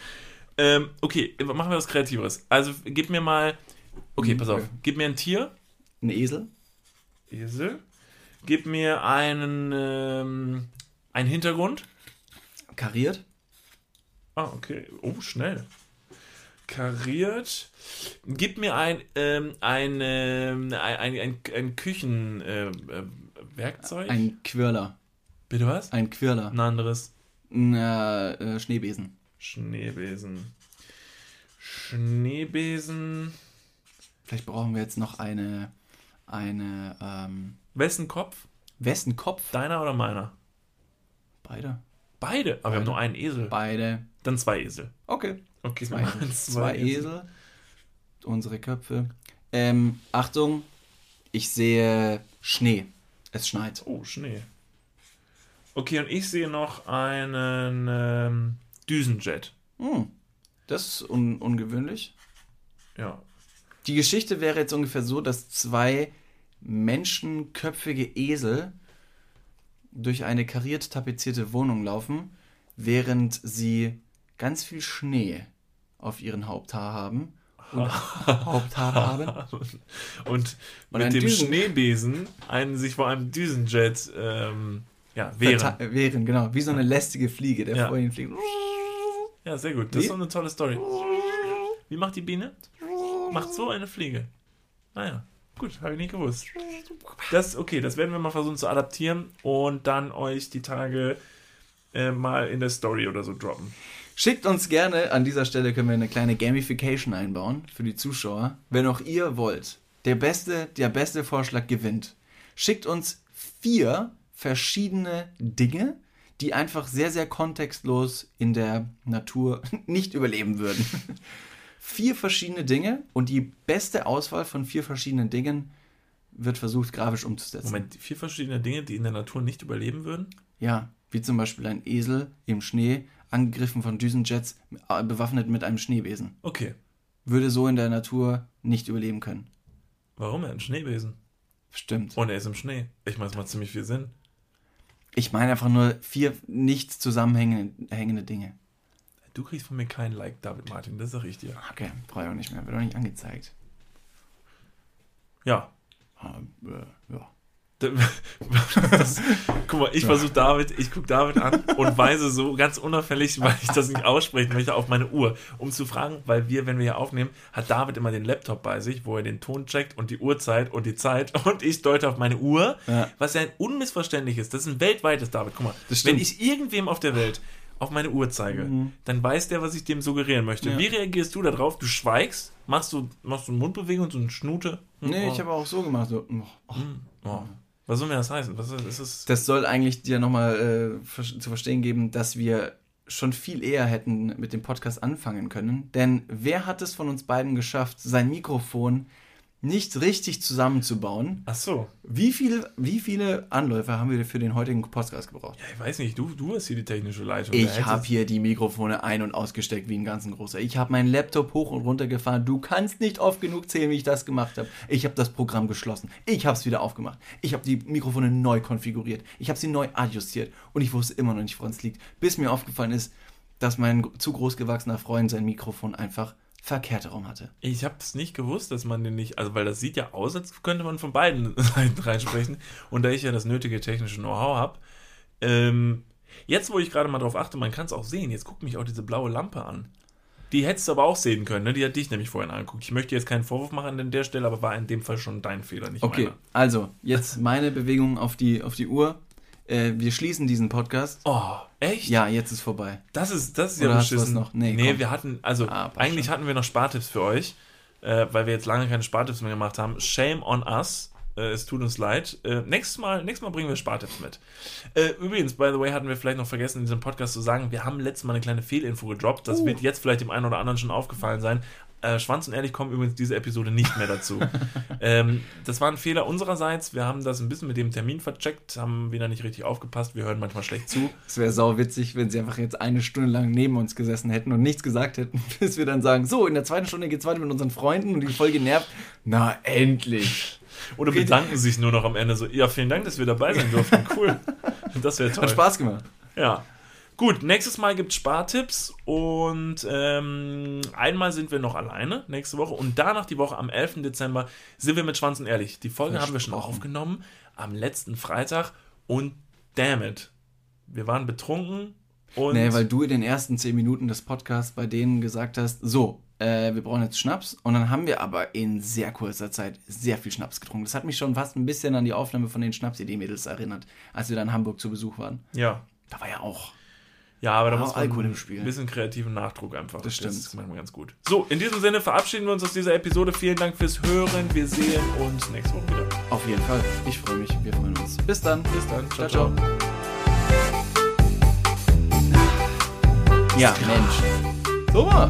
Okay, machen wir was Kreativeres. Also gib mir mal... Okay, pass auf. Gib mir ein Tier. Ein Esel. Esel. Gib mir einen Hintergrund. Kariert. Ah, okay. Oh, schnell. Kariert. Gib mir ein Küchenwerkzeug. Ein Quirler. Bitte was? Ein Quirler. Ein anderes. Ein Schneebesen. Schneebesen. Vielleicht brauchen wir jetzt noch Wessen Kopf? Wessen Kopf? Deiner oder meiner? Beide. Beide? Aber wir haben nur einen Esel. Beide. Dann 2 Esel. Okay. Okay, Zwei Esel. Unsere Köpfe. Achtung, ich sehe Schnee. Es schneit. Oh, Schnee. Okay, und ich sehe noch einen Düsenjet. Das ist ungewöhnlich. Ja. Die Geschichte wäre jetzt ungefähr so, dass 2 menschenköpfige Esel durch eine kariert tapezierte Wohnung laufen, während sie ganz viel Schnee auf ihren Haupthaar haben. Und mit ein dem Düsen- Schneebesen sich vor einem Düsenjet wehren. Wehren, genau. Wie so eine lästige Fliege, der Ja. vor ihnen fliegt. Ja, sehr gut. Das Wie? ist so eine tolle Story. Wie macht die Biene? Macht so eine Fliege. Naja, gut, habe ich nicht gewusst. Das werden wir mal versuchen zu adaptieren und dann euch die Tage mal in der Story oder so droppen. Schickt uns gerne, an dieser Stelle können wir eine kleine Gamification einbauen für die Zuschauer. Wenn auch ihr wollt, der beste Vorschlag gewinnt. Schickt uns 4 verschiedene Dinge, die einfach sehr, sehr kontextlos in der Natur nicht überleben würden. 4 verschiedene Dinge und die beste Auswahl von 4 verschiedenen Dingen wird versucht, grafisch umzusetzen. Moment, 4 verschiedene Dinge, die in der Natur nicht überleben würden? Ja, wie zum Beispiel ein Esel im Schnee, angegriffen von Düsenjets, bewaffnet mit einem Schneebesen. Okay. Würde so in der Natur nicht überleben können. Warum? Er hat einen Schneebesen. Stimmt. Und er ist im Schnee. Ich meine, es macht ziemlich viel Sinn. Ich meine einfach nur 4 nicht zusammenhängende Dinge. Du kriegst von mir keinen Like, David Martin, das sag ich dir. Okay, brauche ich auch nicht mehr. Wird auch nicht angezeigt. Ja. Ja. Guck mal, ich gucke David an und weise so ganz unauffällig, weil ich das nicht aussprechen möchte, auf meine Uhr, um zu fragen, weil wenn wir hier aufnehmen, hat David immer den Laptop bei sich, wo er den Ton checkt und die Uhrzeit und die Zeit und ich deute auf meine Uhr, was ja ein unmissverständlich ist. Das ist ein weltweites, David. Guck mal, wenn ich irgendwem auf der Welt auf meine Uhr zeige, dann weiß der, was ich dem suggerieren möchte. Ja. Wie reagierst du da drauf? Du schweigst? Machst du eine Mundbewegung, so eine Schnute? Nee, ich habe auch so gemacht. So. Was soll mir das heißen? Was ist es? Das soll eigentlich dir nochmal zu verstehen geben, dass wir schon viel eher hätten mit dem Podcast anfangen können. Denn wer hat es von uns beiden geschafft, sein Mikrofon nicht richtig zusammenzubauen? Ach so. Wie viele Anläufe haben wir für den heutigen Podcast gebraucht? Ja, ich weiß nicht. Du hast hier die technische Leitung. Ich habe hier die Mikrofone ein- und ausgesteckt wie ein ganz großer. Ich habe meinen Laptop hoch und runter gefahren. Du kannst nicht oft genug zählen, wie ich das gemacht habe. Ich habe das Programm geschlossen. Ich habe es wieder aufgemacht. Ich habe die Mikrofone neu konfiguriert. Ich habe sie neu adjustiert. Und ich wusste immer noch nicht, woran es liegt. Bis mir aufgefallen ist, dass mein zu groß gewachsener Freund sein Mikrofon einfach verkehrt herum hatte. Ich habe es nicht gewusst, dass man den nicht, also weil das sieht ja aus, als könnte man von beiden Seiten reinsprechen. Und da ich ja das nötige technische Know-how habe, jetzt, wo ich gerade mal drauf achte, man kann es auch sehen, jetzt guckt mich auch diese blaue Lampe an. Die hättest du aber auch sehen können, ne? Die hat dich nämlich vorhin angeguckt. Ich möchte jetzt keinen Vorwurf machen an der Stelle, aber war in dem Fall schon dein Fehler, nicht meiner. Okay, also, jetzt meine Bewegung auf die Uhr. Wir schließen diesen Podcast. Oh, echt? Ja, jetzt ist vorbei. Das ist Oder ja hast du was beschissen. noch? Nee, komm. wir hatten, eigentlich hatten wir noch Spartipps für euch, weil wir jetzt lange keine Spartipps mehr gemacht haben. Shame on us. Es tut uns leid. Nächstes Mal bringen wir Spartipps mit. Übrigens, by the way, hatten wir vielleicht noch vergessen, in diesem Podcast zu sagen, wir haben letztes Mal eine kleine Fehlinfo gedroppt. Das wird jetzt vielleicht dem einen oder anderen schon aufgefallen sein. Schwanz und Ehrlich kommen übrigens diese Episode nicht mehr dazu. Das war ein Fehler unsererseits. Wir haben das ein bisschen mit dem Termin vercheckt, haben wieder nicht richtig aufgepasst. Wir hören manchmal schlecht zu. Es wäre sau witzig, wenn sie einfach jetzt 1 Stunde lang neben uns gesessen hätten und nichts gesagt hätten, bis wir dann sagen, so, in der 2. Stunde geht's weiter mit unseren Freunden und die Folge nervt. Na, endlich. Oder bedanken sich nur noch am Ende so, ja, vielen Dank, dass wir dabei sein durften. Cool. Das wäre toll. Hat Spaß gemacht. Ja. Gut, nächstes Mal gibt es Spartipps und einmal sind wir noch alleine, nächste Woche. Und danach die Woche am 11. Dezember sind wir mit Schwanz und Ehrlich. Die Folge haben wir schon aufgenommen am letzten Freitag und damn it, wir waren betrunken und... Nee, weil du in den ersten 10 Minuten des Podcasts bei denen gesagt hast, so, wir brauchen jetzt Schnaps. Und dann haben wir aber in sehr kurzer Zeit sehr viel Schnaps getrunken. Das hat mich schon fast ein bisschen an die Aufnahme von den Schnapsidee-Mädels erinnert, als wir da in Hamburg zu Besuch waren. Ja. Da war ja auch... Ja, aber da muss man Alkohol im Spiel. ein bisschen kreativen Nachdruck einfach. Das stimmt. ist manchmal ganz gut. So, in diesem Sinne verabschieden wir uns aus dieser Episode. Vielen Dank fürs Hören. Wir sehen uns nächste Woche wieder. Auf jeden Fall. Ich freue mich. Wir freuen uns. Bis dann. Bis dann. Ciao, ciao. Ja, Mensch. Super.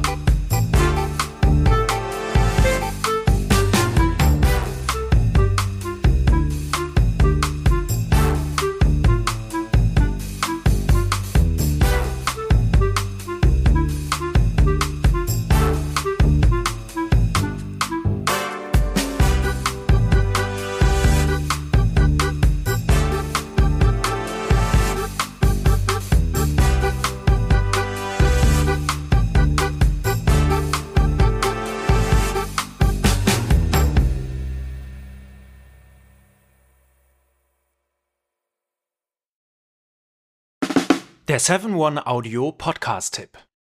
Der 7-One-Audio-Podcast-Tipp.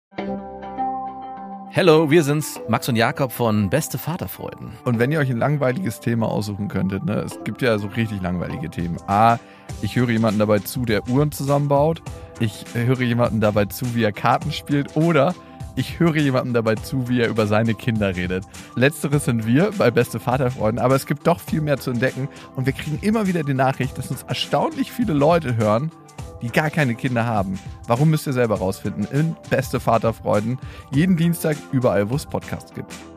Hello, wir sind's, Max und Jakob von Beste Vaterfreuden. Und wenn ihr euch ein langweiliges Thema aussuchen könntet, ne, es gibt ja so richtig langweilige Themen. A, ich höre jemanden dabei zu, der Uhren zusammenbaut. Ich höre jemanden dabei zu, wie er Karten spielt. Oder ich höre jemanden dabei zu, wie er über seine Kinder redet. Letzteres sind wir bei Beste Vaterfreuden, aber es gibt doch viel mehr zu entdecken. Und wir kriegen immer wieder die Nachricht, dass uns erstaunlich viele Leute hören, die gar keine Kinder haben. Warum, müsst ihr selber rausfinden in Beste Vaterfreuden. Jeden Dienstag überall, wo es Podcasts gibt.